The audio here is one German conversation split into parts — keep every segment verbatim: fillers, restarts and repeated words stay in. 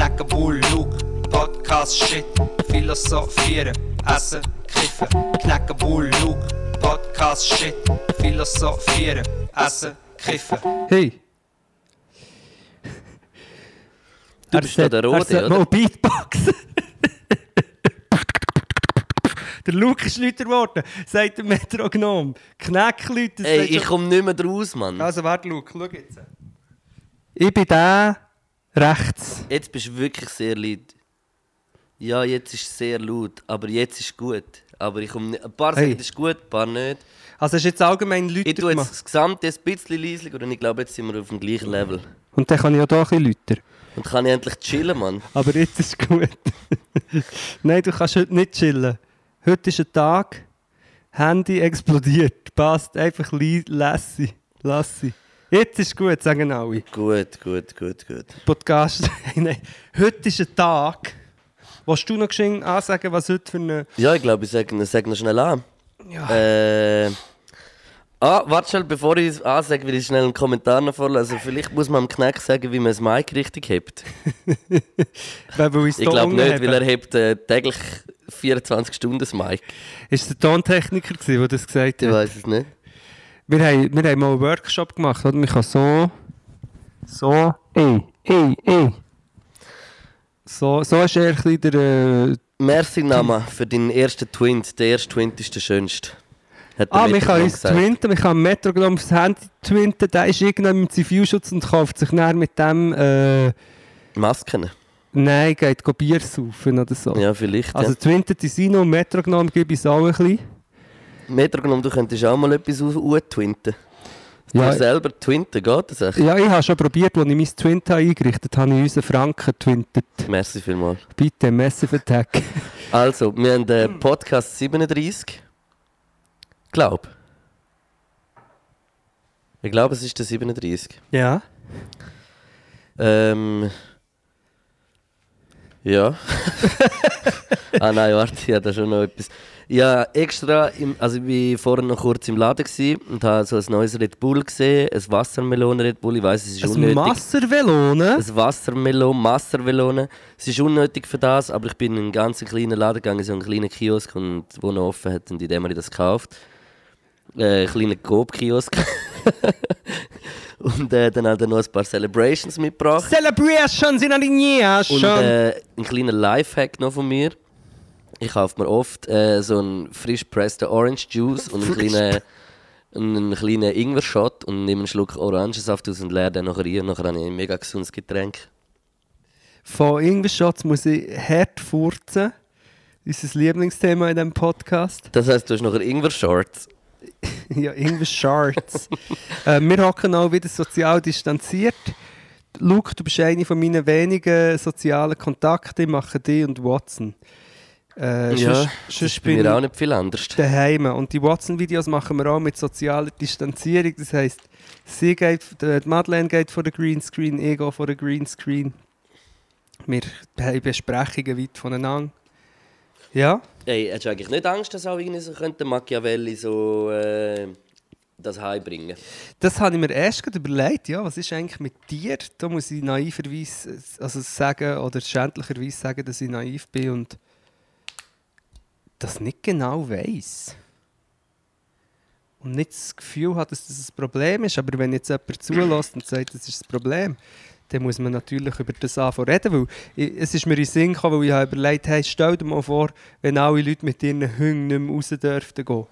Knacken, Bull, Luke, Podcast, Shit, Philosophieren, Essen, Kiffen. Knacken, Bull, Luke, Podcast, Shit, Philosophieren, Essen, Kiffen. Hey! Du bist da der Rote, oder? Mal Beatboxen. Der Luke ist Leute geworden, sagt der Metronom. Knackleute. Ey, ich komme nicht mehr raus, Mann. Also warte, Luke, schau jetzt. Ich bin der rechts. Jetzt bist du wirklich sehr laut. Ja, jetzt ist es sehr laut, aber jetzt ist es gut. Aber ich komme nicht... Ein paar Hey. sagen, das ist gut, ein paar nicht. Also hast du jetzt allgemein Leute Ich tue jetzt gemacht. das Gesamte ein bisschen leislich und ich glaube, jetzt sind wir auf dem gleichen Level. Und dann kann ich auch hier ein bisschen lauter. Und kann ich endlich chillen, Mann. Aber jetzt ist es gut. Nein, du kannst heute nicht chillen. Heute ist ein Tag, Handy explodiert. Passt, einfach li- lässig. Lassi. Jetzt ist gut, sagen alle. Gut, gut, gut, gut. Podcast. Nein, heute ist ein Tag. Willst du noch geschwind ansagen, was heute für eine... Ja, ich glaube, ich sage sag noch schnell an. Ja. Äh... Ah, warte schnell, bevor ich es ansage, will ich schnell einen Kommentar noch vorlesen. Vielleicht muss man am Knack sagen, wie man das Mic richtig hebt. Weil wir uns Ich da glaube nicht, unten weil haben. er hebt äh, täglich vierundzwanzig Stunden das Mic. Ist es der Tontechniker gewesen, der das gesagt Ich hat? weiß es nicht. Wir haben, wir haben mal einen Workshop gemacht, oder? Man kann so... So... Ey, ey, ey. So, so ist er ein bisschen der... Äh, Merci, Nama, für deinen ersten Twint. Der erste Twint ist der schönste. Hat der ah, man kann Metronom uns gesagt. twinten, man kann Metronom aufs Handy twinten, der ist irgendwann mit Zivilschutz und kauft sich dann mit dem... Äh, Masken. nein, geht go Bier saufen oder so. Ja, vielleicht. Also ja. twintet die Sino und Metronom gebe ich es auch ein bisschen. Metronom, du könntest auch mal etwas twinten. Du Ja. selber twinten, geht das echt? Ja, ich habe schon probiert, als ich mein Twint habe eingerichtet habe, habe ich unseren Franken twintet. Merci vielmals. Bitte, Massive Attack. Also, wir haben den Podcast siebenunddreißig. Glaub. Ich glaube, es ist der siebenunddreißig. Ja. Ähm. Ja. ah nein, warte, ich habe da schon noch etwas. Ja, extra, im, also ich war vorhin noch kurz im Laden gewesen und habe so ein neues Red Bull gesehen, ein Wassermelone Red Bull, ich weiss, es ist Ein unnötig. Masservelone? Ein Wassermelone, Masservelone. Es ist unnötig für das, aber ich bin in einen ganz kleinen Laden gegangen, so einen kleinen Kiosk, und wo noch offen hat, und in dem habe ich das gekauft. Äh, einen kleinen Coop-Kiosk. und äh, dann hat er noch ein paar Celebrations mitgebracht. Celebrations in Alignia Und schon. äh, ein kleiner Lifehack noch von mir. Ich kaufe mir oft äh, so einen frisch pressten Orange Juice und einen kleinen, einen kleinen Ingwer-Shot und nehme einen Schluck Orangensaft aus und leere den nachher rein. Nachher habe ich ein mega gesundes Getränk. Von Ingwer-Shots muss ich hart furzen. Unser Lieblingsthema in diesem Podcast. Das heisst, du hast nachher Ingwer-Shorts. Ja, Ingwer-Shorts. äh, wir hocken auch wieder sozial distanziert. Luke, du bist einer von meinen wenigen sozialen Kontakten. Ich mache dich und Watson. Äh, Ja, sonst- das sonst ist bei bin mir auch ich nicht viel anders. daheim. Und die Watson-Videos machen wir auch mit sozialer Distanzierung. Das heisst, sie geht, die Madeleine geht vor den Greenscreen, ich gehe vor den Greenscreen. Wir haben Besprechungen weit voneinander. Ja? Ey, hast du eigentlich nicht Angst, dass auch irgendwie so könnte Machiavelli so äh, das heimbringen? Das habe ich mir erst gerade überlegt. Ja, was ist eigentlich mit dir? Da muss ich naiverweise also sagen, oder schändlicherweise sagen, dass ich naiv bin und das nicht genau weiss. Und nicht das Gefühl hat, dass das ein Problem ist. Aber wenn jetzt jemand zulässt und sagt, das ist das Problem, dann muss man natürlich über das anfangen reden. Weil ich, es ist mir in den Sinn gekommen, weil ich habe überlegt, hey, stell dir mal vor, wenn alle Leute mit ihren Hunden nicht mehr raus dürften gehen.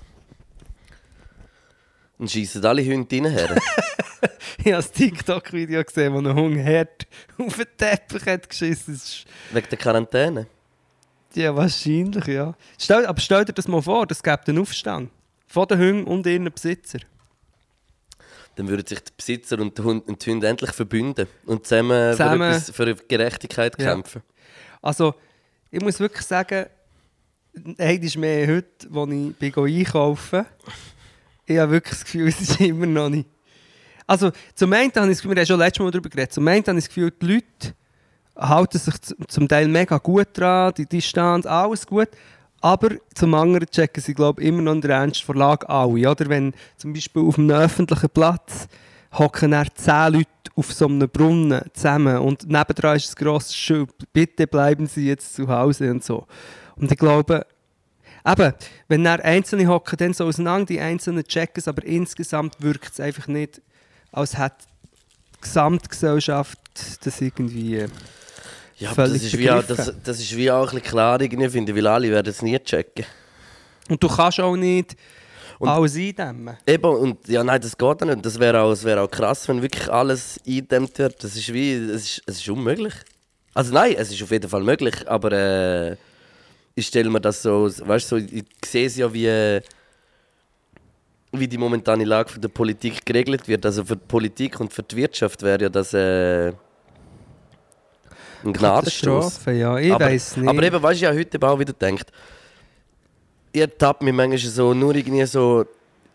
Dann schiessen alle Hunde reinher. Ich habe ein TikTok-Video gesehen, wo ein Hund hart auf den Teppich hat geschissen. Das ist- Wegen der Quarantäne. Ja, wahrscheinlich, ja. Stell, aber stell dir das mal vor, das gibt einen Aufstand. Von den Hunden und ihren Besitzer. Dann würden sich der Besitzer und der Hund und die Hunde endlich verbünden und zusammen, Zusammen. Für, etwas, für Gerechtigkeit Ja. kämpfen. Also, ich muss wirklich sagen, hey, ist mehr heute, als ich bin einkaufen. Ich habe wirklich das Gefühl, es ist immer noch nicht. Also, zum einen habe ich das Gefühl, wir haben schon letztes Mal darüber geredet, zum einen habe ich das Gefühl, die Leute halten sich z- zum Teil mega gut dran, die Distanz, alles gut. Aber zum anderen checken sie, glaube ich, immer noch den Ernst der Lage alle. Oder wenn zum Beispiel auf einem öffentlichen Platz hocken dann zehn Leute auf so einem Brunnen zusammen und nebendran ist ein grosses Schild, bitte bleiben Sie jetzt zu Hause und so. Und ich glaube, eben, wenn dann Einzelne hocken dann so auseinander, die Einzelnen checken es, aber insgesamt wirkt es einfach nicht, als hätte die Gesamtgesellschaft das irgendwie Ja, völlig das ist, wie auch, begriffen. das, das ist wie auch ein bisschen klar, irgendwie, finde ich, weil alle werden es nie checken. Und du kannst auch nicht Und- alles eindämmen. Eben, und ja, nein, das geht auch nicht. Das wäre auch, wär auch krass, wenn wirklich alles eingedämmt wird. Das ist wie, es ist, es ist unmöglich. Also nein, es ist auf jeden Fall möglich, aber äh, ich stelle mir das so, weißt du, so, ich sehe es ja, wie, wie die momentane Lage von der Politik geregelt wird. Also für die Politik und für die Wirtschaft wäre ja das äh, ein Gnadenstoß. Katastrophe, ja, ich aber, weiss nicht. Aber eben, weißt du, ja heute eben auch wieder denkt, ich ertappe mich manchmal so, nur irgendwie so,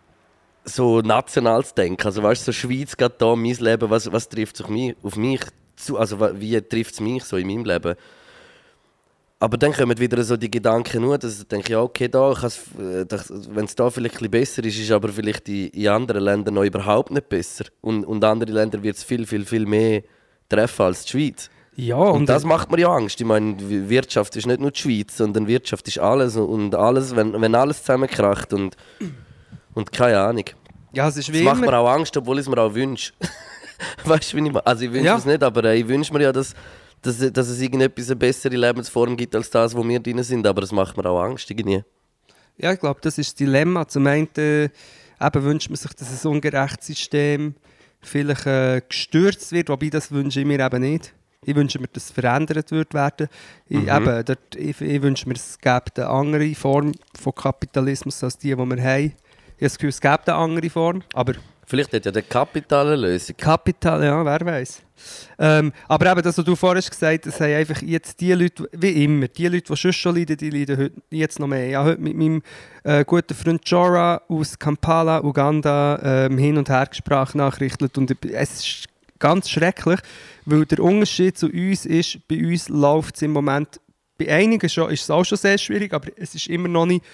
so national zu denken. Also weißt du, so Schweiz geht da, mein Leben, was, was trifft es auf mich, auf mich zu, also wa- wie trifft es mich so in meinem Leben? Aber dann kommen wieder so die Gedanken nur, dass ich denke, ja okay, da wenn es da vielleicht ein bisschen besser ist, ist aber vielleicht in, in anderen Ländern noch überhaupt nicht besser. Und, und andere Länder wird es viel, viel, viel mehr treffen als die Schweiz. ja, Und, und das macht mir ja Angst. Ich meine, W- Wirtschaft ist nicht nur die Schweiz, sondern Wirtschaft ist alles. Und alles, wenn, wenn alles zusammenkracht und, und keine Ahnung. ja, es ist Das wie macht immer. mir auch Angst, obwohl ich es mir auch wünsche. Weißt du, wie ich meine? Also ich wünsche Ja. es nicht, aber äh, ich wünsche mir ja, dass, dass, dass es irgendetwas eine bessere Lebensform gibt als das, wo wir drin sind. Aber es macht mir auch Angst irgendwie. Ja, ich glaube, das ist das Dilemma. Zum einen äh, eben wünscht man sich, dass ein ungerechtes System vielleicht äh, gestürzt wird, wobei das wünsche ich mir eben nicht. Ich wünsche mir, dass es verändert wird werden. Ich, Mhm. eben, dort, ich, ich wünsche mir, es gäbe eine andere Form von Kapitalismus als die, die wir haben. Ich habe das Gefühl, es gäbe eine andere Form, aber Vielleicht hat ja der Kapital eine Lösung. Kapital, ja, wer weiß. Ähm, aber eben das, was du vorhin gesagt hast, das haben einfach jetzt die Leute, wie immer, die Leute, die schon schon leiden, die leiden heute jetzt noch mehr. Ich habe heute mit meinem äh, guten Freund Jorah aus Kampala, Uganda, ähm, hin und her Sprachnachrichten und ich- es ist ganz schrecklich, weil der Unterschied zu uns ist, bei uns läuft es im Moment, bei einigen schon, ist es auch schon sehr schwierig, aber es ist immer noch nicht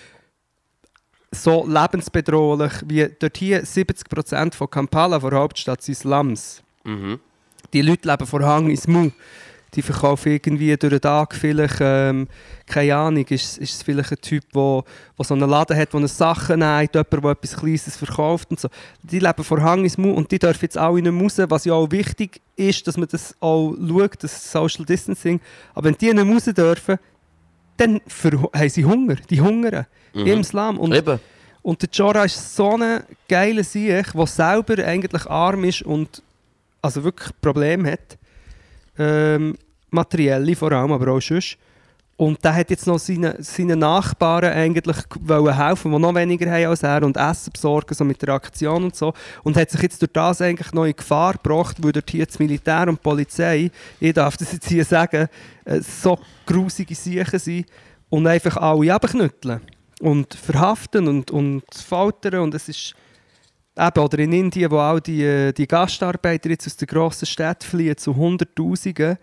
so lebensbedrohlich wie dort hier siebzig Prozent von Kampala, von der Hauptstadt, sind Slums. Mhm. Die Leute leben vor Hang ins Mu. Die verkaufen irgendwie durch den Tag vielleicht, ähm, keine Ahnung, ist, ist es vielleicht ein Typ, der so einen Laden hat, der eine Sache nimmt, jemand, der etwas Kleines verkauft und so. Die leben vor Hang ins Mu und die dürfen jetzt alle nicht mehr raus, was ja auch wichtig ist, dass man das auch schaut, das Social Distancing. Aber wenn die nicht mehr raus dürfen, dann ver- haben sie Hunger, die hungern Mhm. im Slum. Und Eben. und der Jorah ist so ein geiler Sieg, der selber eigentlich arm ist und also wirklich Probleme hat. Ähm, materielle vor allem, aber auch sonst. Und der hat jetzt noch seine, seinen Nachbarn eigentlich wollen helfen, die noch weniger haben als er und Essen besorgen, so mit der Aktion und so. Und hat sich jetzt durch das eigentlich noch in Gefahr gebracht, weil dort hier das Militär und die Polizei, ich darf das jetzt hier sagen, äh, so grusige Siechen sind und einfach alle abknütteln und verhaften und, und foltern. Und es ist eben, oder in Indien, wo auch die, äh, die Gastarbeiter jetzt aus den grossen Städten fliehen zu Hunderttausenden.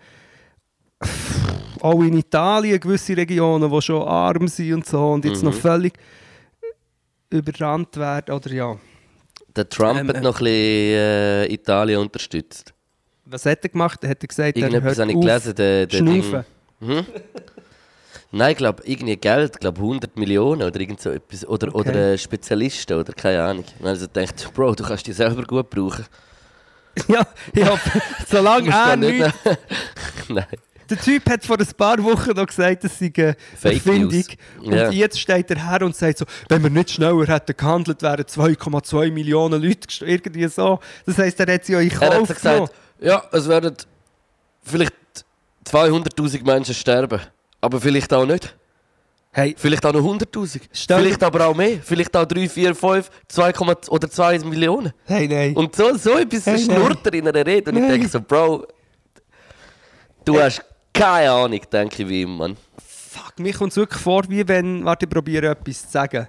Auch in Italien gewisse Regionen, die schon arm sind und so und jetzt Mhm. noch völlig überrannt werden. Oder ja, Der Trump Ähm, hat äh, noch ein bisschen äh, Italien unterstützt. was hat er gemacht? Er hat gesagt, er Irgendetwas hört habe ich auf gelesen. Der, der schnaufen. Ding- Hm? Nein, ich glaube, irgendwie Geld, ich glaube hundert Millionen oder irgend so etwas. Oder, Okay. oder äh, Spezialisten oder keine Ahnung. Also dachte ich, Bro, du kannst die selber gut brauchen. Ja, ja, solange Musst er da nicht- nicht... Nein. Der Typ hat vor ein paar Wochen noch gesagt, das sei eine Fake Erfindung. News. Und Ja. jetzt steht er her und sagt so, wenn wir nicht schneller hätten gehandelt, wären zwei Komma zwei Millionen Leute gestorben. Irgendwie so. Das heisst, er hat sie ja in Er hat Kauf so genommen. gesagt, ja, es werden vielleicht zweihunderttausend Menschen sterben. Aber vielleicht auch nicht. Hey, Vielleicht auch noch hunderttausend. Stell- Vielleicht aber auch mehr. Vielleicht auch drei, vier, fünf, zwei oder zwei Millionen. hey, nein. Und so, so etwas Hey, schnurrt er in einer Rede. Und ich Nein. denke so, Bro, du hast keine Ahnung, denke ich, wie ihm, Mann. Fuck, mir kommt es wirklich vor, wie wenn, warte, ich probiere etwas zu sagen.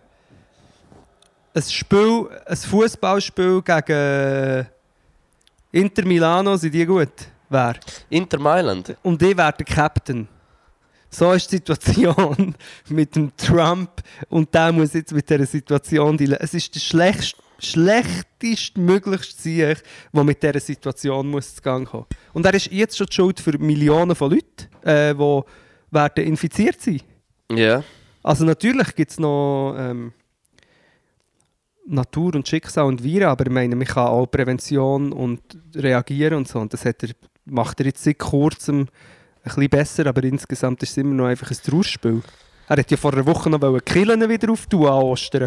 Ein Spiel, ein Fußballspiel gegen Inter Milano, sind die gut? Wer? Inter Mailand. Und ich wäre der Captain. So ist die Situation mit dem Trump und der muss jetzt mit dieser Situation dealen. Es ist der schlechteste schlechtestmöglichst Sieg, der mit dieser Situation muss zu Gang kommen. Und er ist jetzt schon die Schuld für Millionen von Leuten, äh, die werden infiziert sein. Ja. Yeah. Also natürlich gibt es noch ähm, Natur und Schicksal und Viren, aber ich meine, man kann auch Prävention und reagieren und so. Und das hat er, macht er jetzt seit kurzem ein bisschen besser, aber insgesamt ist es immer noch einfach ein Trauerspiel. Er hat ja vor einer Woche noch die Kirchen wieder auftun an Ostern.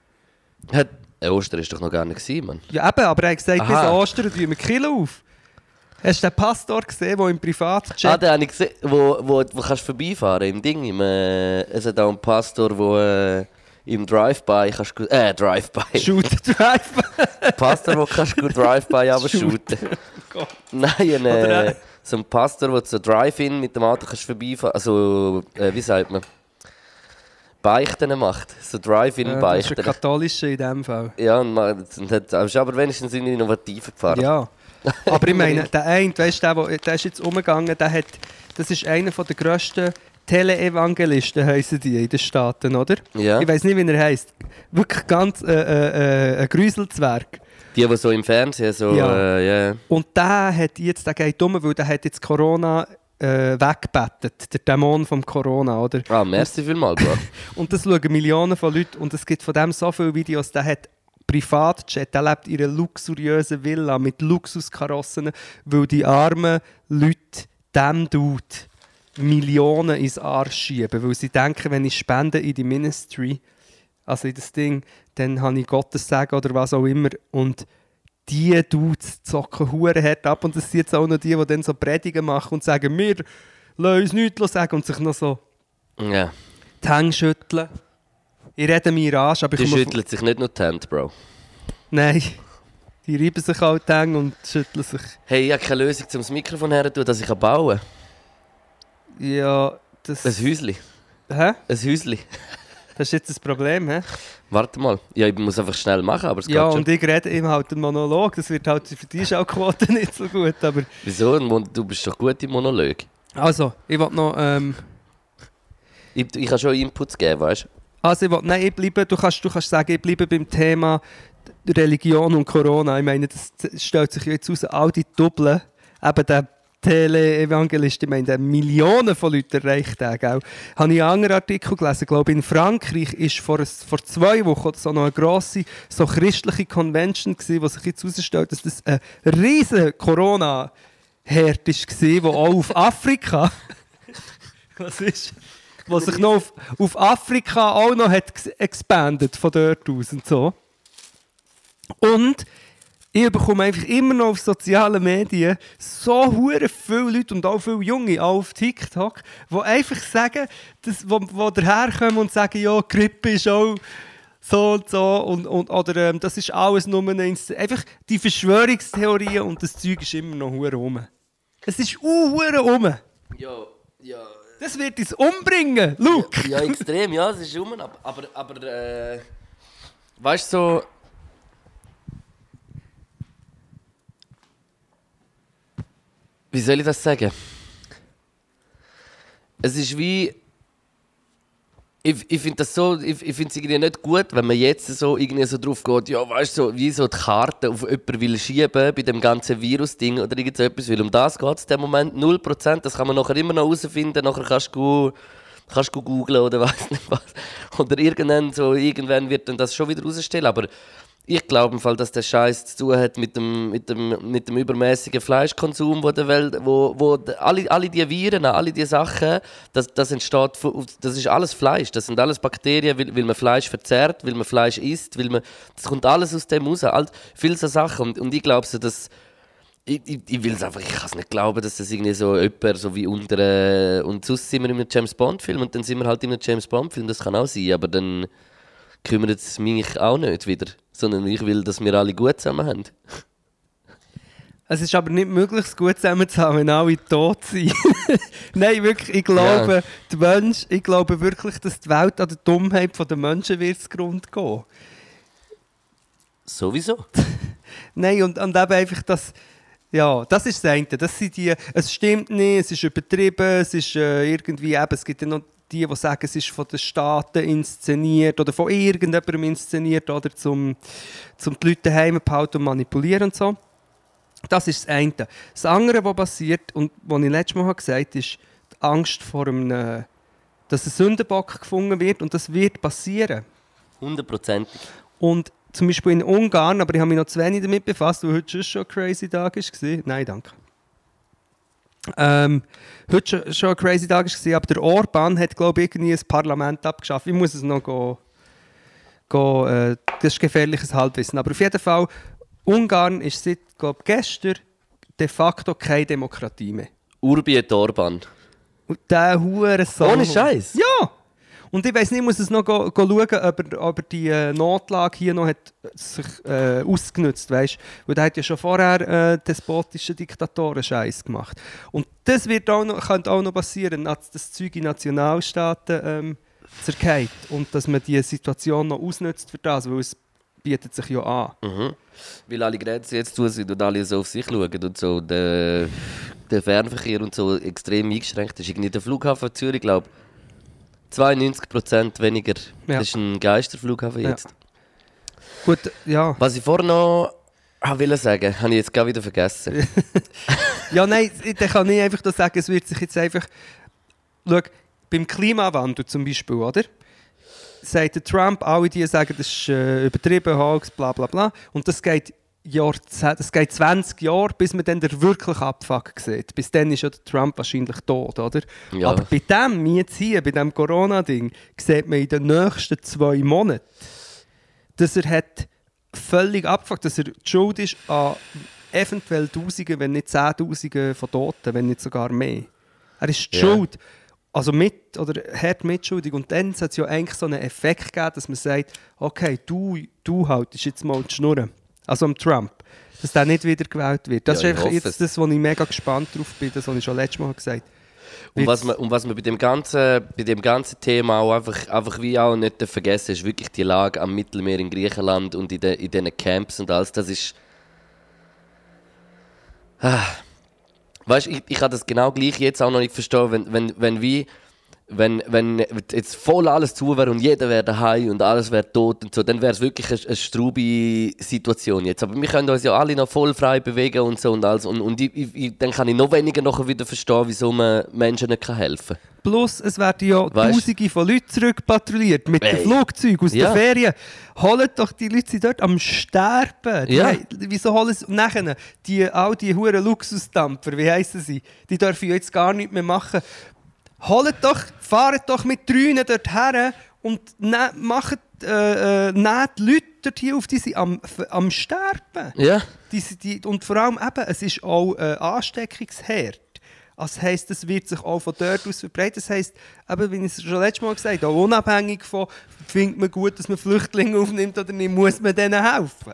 Hat, äh, Ostern war doch noch gar nicht gewesen, Mann. Ja eben, aber er hat gesagt, Aha. bis an Ostern tun wir die Kirchen auf. Hast du den Pastor gesehen, der im Privatjet... Ah, den habe ich gesehen, wo, wo, wo kannst du vorbeifahren, im Ding. Im, äh, es hat auch einen Pastor, der äh, im Drive-By kannst du... Äh, Drive-By. Shoot Drive-By. Pastor, wo kannst du Drive-By aber shooten. Oh Nein, ein, Oder, äh, äh, so ein Pastor, wo du so Drive-In mit dem Auto kannst vorbeifahren. Also, äh, wie sagt man? Beichten macht. So Ja, das ist Drive-In-Beichten. ein katholischer in dem Fall. Ja, und man, und hat, ist aber wenigstens in innovativen gefahren. Ja. Aber ich meine, der eine, weißt du, der, der ist jetzt umgegangen, der hat, das ist einer der grössten Tele-Evangelisten, heissen die in den Staaten, oder? Ja. Ich weiß nicht, wie er heisst. Wirklich ganz äh, äh, äh, ein Grüselzwerg. Die, die so im Fernsehen so... Ja. Äh, yeah. Und der hat jetzt, der geht um, weil der hat jetzt Corona äh, weggebettet, der Dämon vom Corona, oder? Ah, merci vielmals, Bro. Und das schauen Millionen von Leuten und es gibt von dem so viele Videos, der hat Privatjet, der lebt in einer luxuriösen Villa mit Luxuskarossen, weil die armen Leute dem Dude Millionen ins Arsch schieben, weil sie denken, wenn ich spende in die Ministry, also in das Ding, dann habe ich Gottes Segen oder was auch immer und die Dudes zocken hure hart ab und das sind jetzt auch noch die, die dann so Predigen machen und sagen, wir lassen uns nichts sagen und sich noch so Ja. die Hände schütteln. Ich rede mir Arsch, aber ich Die komme schüttelt sich nicht nur die Hände, Bro. Nein, die reiben sich auch die Hände und schütteln sich. Hey, ich habe keine Lösung, um das Mikrofon herzutun, dass ich bauen kann. Ja, das... Ein Häusli. Hä? Ein Häusli. Das ist jetzt das Problem, hä? Warte mal. Ja, ich muss einfach schnell machen, aber es Ja, geht schon. und ich rede immer halt einen Monolog. Das wird halt für die Schauquote nicht so gut, aber... Wieso? Ein Mon- Du bist doch gut im Monolog. Also, ich will noch... Ähm, Ich, ich kann schon Inputs geben, weißt du? also, ich will... Nein, ich bleibe... Du kannst, du kannst sagen, ich bleibe beim Thema Religion und Corona. Ich meine, das stellt sich jetzt aus, all die Doppeln, eben der Tele-Evangelist, ich meine, der Millionen von Leuten erreicht der, gell? Habe ich einen anderen Artikel gelesen, ich glaube in Frankreich ist vor, vor zwei Wochen oder so noch eine grosse so christliche Convention gewesen, wo sich jetzt herausstellt, dass das ein riesen Corona-Herd war, wo auch auf Afrika was ist? Was sich noch auf, auf Afrika auch noch hat expandet von dort aus und so. Und ich bekomme einfach immer noch auf sozialen Medien so hure viele Leute und auch viele Junge, auch auf TikTok, die einfach sagen, dass, wo, wo daherkommen und sagen, ja, Grippe ist auch so und so und, und, oder ähm, das ist alles nur eine Inst- einfach die Verschwörungstheorien und das Zeug ist immer noch hure rum. Es ist uh, hure rum. Ja, ja. Das wird uns umbringen, Luke. Ja, extrem, ja, es ist rum, aber, aber, aber äh, weißt du, so... Wie soll ich das sagen? Es ist wie... Ich, ich finde das so, ich, ich finde es irgendwie nicht gut, wenn man jetzt so, irgendwie so drauf geht, ja, weißt du, so, wie so die Karte auf jemanden will schieben bei dem ganzen Virus-Ding oder irgend so etwas, weil um das geht es in dem Moment null Prozent, das kann man nachher immer noch herausfinden, nachher kannst du kannst du googlen oder weiss nicht was. Oder irgendwann, so, irgendwann wird dann das schon wieder rausstellen, aber ich glaube im Fall, dass der Scheiß zu tun hat mit dem, mit dem, mit dem übermäßigen Fleischkonsum, wo der Welt, wo, wo alle, alle die Viren, alle die Sachen, das, das entsteht, das ist alles Fleisch, das sind alles Bakterien, weil, weil man Fleisch verzehrt, weil man Fleisch isst, weil man, das kommt alles aus dem raus, all, viele so Sachen und, und ich glaube so, dass ich, ich, ich will es einfach, ich kann es nicht glauben, dass das irgendwie so jemand so wie unter äh, und sonst sind wir in einem James Bond Film und dann sind wir halt in einem James Bond Film, das kann auch sein, aber dann kümmert es mich auch nicht wieder, sondern ich will, dass wir alle gut zusammen haben. Es ist aber nicht möglich, es gut zusammen zu haben, wenn alle tot sind. Nein, wirklich, ich glaube, Ja. die Mensch, ich glaube wirklich, dass die Welt an der Dummheit der Menschen wird zugrunde gehen. Sowieso. Nein, und, und eben einfach, dass Ja, das ist das eine. Das sind die, es stimmt nicht, es ist übertrieben, es ist äh, irgendwie eben, es gibt ja noch die, die sagen, es ist von den Staaten inszeniert oder von irgendjemandem inszeniert, oder zum, zum die Leute daheim behalten und manipulieren und so. Das ist das eine. Das andere, was passiert, und was ich letztes Mal gesagt habe, ist die Angst vor einem, äh, dass ein Sündenbock gefunden wird, und das wird passieren. Hundertprozentig. Und zum Beispiel in Ungarn, aber ich habe mich noch zu wenig damit befasst, weil heute schon ein crazy Tag war. Nein, danke. Ähm, heute schon, schon ein crazy Tag war, aber der Orban hat, glaube ich, irgendwie ein Parlament abgeschafft. Ich muss es noch gehen, gehen, äh, das ist gefährliches Halbwissen. Aber auf jeden Fall, Ungarn ist seit, glaube ich, gestern de facto keine Demokratie mehr. Urbi et Orban. Und der Hurensohn. Ohne Scheiß. Ja! Und ich weiss nicht, ich muss es noch go, go schauen, ob er, ob er die äh, Notlage hier noch hat sich äh, ausgenutzt, weißt? Weil der hat ja schon vorher äh, despotische Diktatoren Scheiß gemacht. Und das wird auch noch, könnte auch noch passieren, dass das Zeug in Nationalstaaten ähm, zergeht und dass man die Situation noch ausnutzt für das, weil es bietet sich ja an. Mhm. Weil alle Grenzen jetzt zu sind und alle so auf sich schauen und so der, der Fernverkehr und so extrem eingeschränkt ist. Irgendwie der Flughafen Zürich, glaube ich, zweiundneunzig Prozent weniger. Ja. Das ist ein Geisterflughafen jetzt. Ja. Gut, ja. Was ich vorher noch wollte sagen, habe ich jetzt gerade wieder vergessen. Ja, nein, dann kann ich einfach sagen, es wird sich jetzt einfach... Schau, beim Klimawandel zum Beispiel, oder? Sagt der Trump, alle die sagen, das ist äh, übertrieben, Hoax, bla bla bla. Und das geht, Jahrzehnt, das geht zwanzig Jahre, bis man dann den wirklichen Abfuck sieht. Bis dann ist ja der Trump wahrscheinlich tot, oder? Ja. Aber bei dem, jetzt hier, bei diesem Corona-Ding, sieht man in den nächsten zwei Monaten, dass er hat völlig abgefuckt, dass er die Schuld ist an eventuell Tausenden, wenn nicht Zehntausenden von Toten, wenn nicht sogar mehr. Er ist die Ja. Schuld. Also mit, oder hart mitschuldig. Und dann sollte es ja eigentlich so einen Effekt geben, dass man sagt, okay, du, du haltest jetzt mal die Schnurren. Also am Trump. Dass der nicht wieder gewählt wird. Das Ja, ist ich einfach hoffe jetzt das, wo ich mega gespannt drauf bin, das, was ich schon letztes Mal gesagt habe. Und was man, und was man bei, dem ganzen, bei dem ganzen Thema auch einfach, einfach wie auch nicht vergessen ist, wirklich die Lage am Mittelmeer in Griechenland und in, de, in diesen Camps und alles, das ist... Ah. Weißt du, ich, ich kann das genau gleich jetzt auch noch nicht verstehen, wenn, wenn, wenn wie... Wenn, wenn jetzt voll alles zu wäre und jeder wäre daheim und alles wäre tot und so, dann wäre es wirklich eine, eine straube Situation jetzt. Aber wir können uns ja alle noch voll frei bewegen und so und alles. Und, und ich, ich, dann kann ich noch weniger nachher wieder verstehen, wieso man Menschen nicht helfen kann. Plus, es werden ja Weißt? Tausende von Leuten zurückpatrouilliert mit Ey. den Flugzeugen aus Ja. den Ferien. Holt doch die Leute sind dort am Sterben. Die, Ja. Wieso holen sie... Und nachher, die, all die huren Luxusdampfer, wie heissen sie? Die dürfen ja jetzt gar nichts mehr machen. Holt doch, fahrt doch mit Drünen dort her und ne, macht äh, äh, nehmt die Leute dort hier auf, die sind am, am Sterben. Ja. Die, die, und vor allem eben, es ist auch äh, Ansteckungsherd. Das heisst, es wird sich auch von dort aus verbreiten. Das heisst, eben, wie ich es schon letztes Mal gesagt habe, auch unabhängig von, findet man gut, dass man Flüchtlinge aufnimmt oder nicht, muss man denen helfen.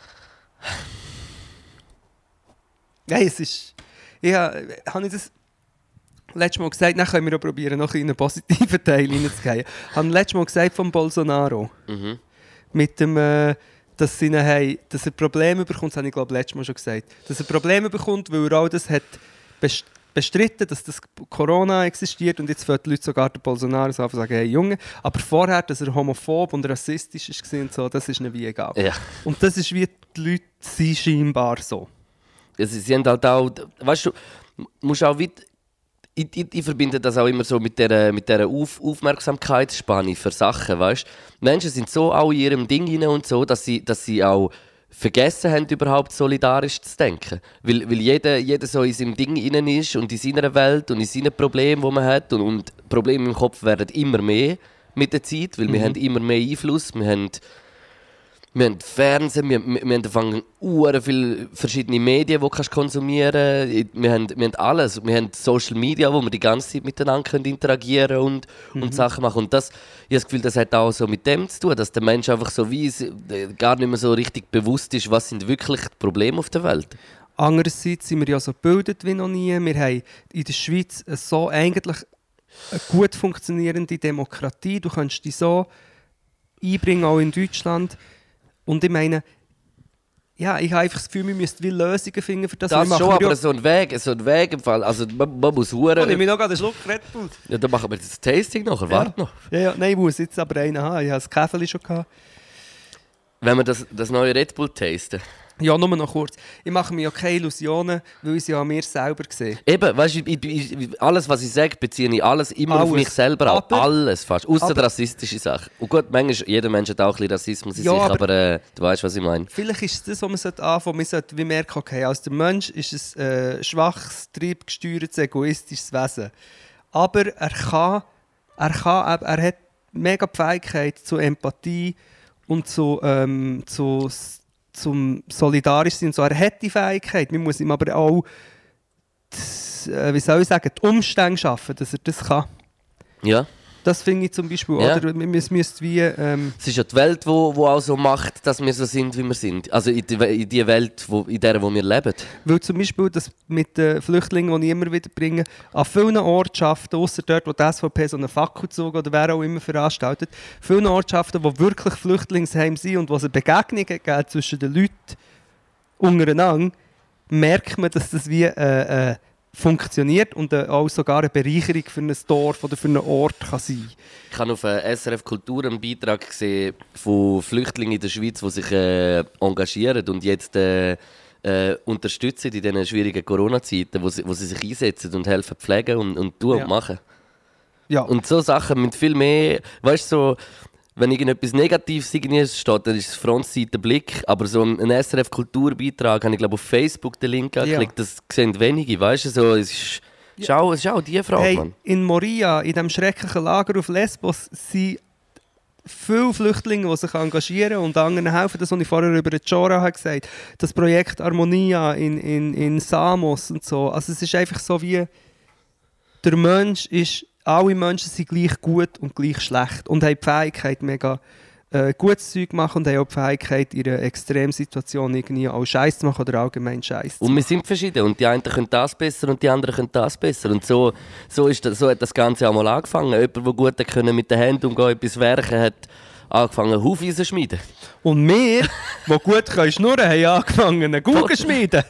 Nein, es ist... Ich habe, habe ich das letztes Mal gesagt, dann können wir auch probieren, noch in einen positiven Teil hineinzugehen. Ich habe letztes Mal gesagt von Bolsonaro. Mhm. Mit dem, äh, dass, sie ihn haben, dass er Probleme bekommt, das habe ich glaube letztes Mal schon gesagt, dass er Probleme bekommt, weil er auch das hat best- bestritten, dass das Corona existiert und jetzt fällt die Leute sogar der Bolsonaro so an und sagen, hey Junge, aber vorher, dass er homophob und rassistisch war und so, das ist ihnen wie egal. Ja. Und das ist wie die Leute sind scheinbar so. Ja, sie sind halt auch, weißt du, musst auch weit, ich, ich, ich verbinde das auch immer so mit dieser mit der Auf, Aufmerksamkeitsspanne für Sachen, weißt du. Menschen sind so auch in ihrem Ding hinein und so, dass sie, dass sie auch vergessen haben, überhaupt solidarisch zu denken. Weil, weil jeder, jeder so in seinem Ding hinein ist und in seiner Welt und in seinen Problemen, die man hat. Und, und Probleme im Kopf werden immer mehr mit der Zeit, weil Mhm. wir haben immer mehr Einfluss, wir haben Wir haben Fernsehen, wir, wir, wir haben angefangen, uh, viele verschiedene Medien, die du konsumieren kannst. Wir haben, wir haben alles. Wir haben Social Media, wo wir die ganze Zeit miteinander können interagieren und, Mhm. und Sachen machen. Und das, ich habe das Gefühl, das hat auch so mit dem zu tun, dass der Mensch einfach so wie gar nicht mehr so richtig bewusst ist, was sind wirklich die Probleme auf der Welt. Andererseits sind wir ja so gebildet wie noch nie. Wir haben in der Schweiz so eigentlich eine gut funktionierende Demokratie. Du kannst dich so einbringen, auch in Deutschland. Und ich meine, ja, ich habe einfach das Gefühl, wir müssten wie Lösungen finden für das. Das wir schon, ja, aber so ein Weg, so ein Weg im Fall. Also man, man muss hure. Oh, nehme ich noch gerade einen Schluck Red Bull. Ja, dann machen wir das Tasting nachher. Ja. Warte noch. Ja, ja, nein, ich muss jetzt aber einen haben. Ich habe das Käferli schon gehabt. Wenn wir das, das neue Red Bull tasten. Ja, nur noch kurz. Ich mache mir ja keine Illusionen, weil ich sie an mir selber sehe. Eben, weißt du, ich, ich, ich, alles, was ich sage, beziehe ich alles immer Alles. auf mich selber an. Aber- Alles fast. Außer aber- rassistische Sachen. Und gut, manchmal, jeder Mensch hat auch ein bisschen Rassismus in Ja, sich, aber- aber, äh, du weißt, was ich meine. Vielleicht ist es das, was man sollte anfangen sollte. Man sollte wie merken, okay, als der Mensch ist es ein äh, schwaches, triebgesteuertes, egoistisches Wesen. Aber er kann, er kann, er hat mega die Fähigkeit zur Empathie und zu, ähm, zu, zum solidarisch sein. Und so. Er hat die Fähigkeit. Man muss ihm aber auch, das, äh, wie soll ich sagen, die Umstände schaffen, dass er das kann. Ja. Das finde ich zum Beispiel. Ja. Oder wir müssen wie... Ähm, Es ist ja die Welt, die wo, wo auch so macht, dass wir so sind, wie wir sind. Also in die, in die Welt, wo, in der wo wir leben. Weil zum Beispiel das mit den Flüchtlingen, die ich immer wieder bringe, an vielen Ortschaften, ausser dort, wo die S V P so einen Fackelzug oder wer auch immer veranstaltet, vielen Ortschaften, wo wirklich Flüchtlingsheim sind und wo es eine Begegnung gibt zwischen den Leuten untereinander, merkt man, dass das wie äh, äh, funktioniert und äh, auch sogar eine Bereicherung für ein Dorf oder für einen Ort kann sein. Ich habe auf äh, S R F Kultur einen Beitrag gesehen von Flüchtlingen in der Schweiz, die sich äh, engagieren und jetzt äh, äh, unterstützen in diesen schwierigen Corona-Zeiten, wo sie, wo sie sich einsetzen und helfen pflegen und, und tun Ja. und machen. Ja, Und so Sachen mit viel mehr, weißt du, so, wenn irgendetwas Negatives irgendwie steht, dann ist es Frontseite Blick, aber so ein S R F Kulturbeitrag, habe ich glaube auf Facebook den Link angeklickt, das sehen wenige, weißt du, so, es ist, ist, auch, es ist auch die Frage, hey, Mann. in Moria, in diesem schrecklichen Lager auf Lesbos, sind viele Flüchtlinge, die sich engagieren und anderen helfen. Das, was ich vorher über die Chora habe gesagt habe. Das Projekt Harmonia in, in, in Samos und so. Also es ist einfach so wie, der Mensch ist, alle Menschen sind gleich gut und gleich schlecht und haben die Fähigkeit, mega äh, gutes Zeug zu machen und haben auch die Fähigkeit, in einer Extremsituation irgendwie auch Scheiß zu machen oder allgemein Scheiß zu Und wir sind verschieden und die einen können das besser und die anderen können das besser. Und so, so, ist das, so hat das Ganze auch mal angefangen. Jemand, der gut können mit den Händen umgehen, etwas werken, hat angefangen, Hufeisen zu schmieden. Und wir, die gut können schnurren, haben angefangen, einen Guggen zu schmieden.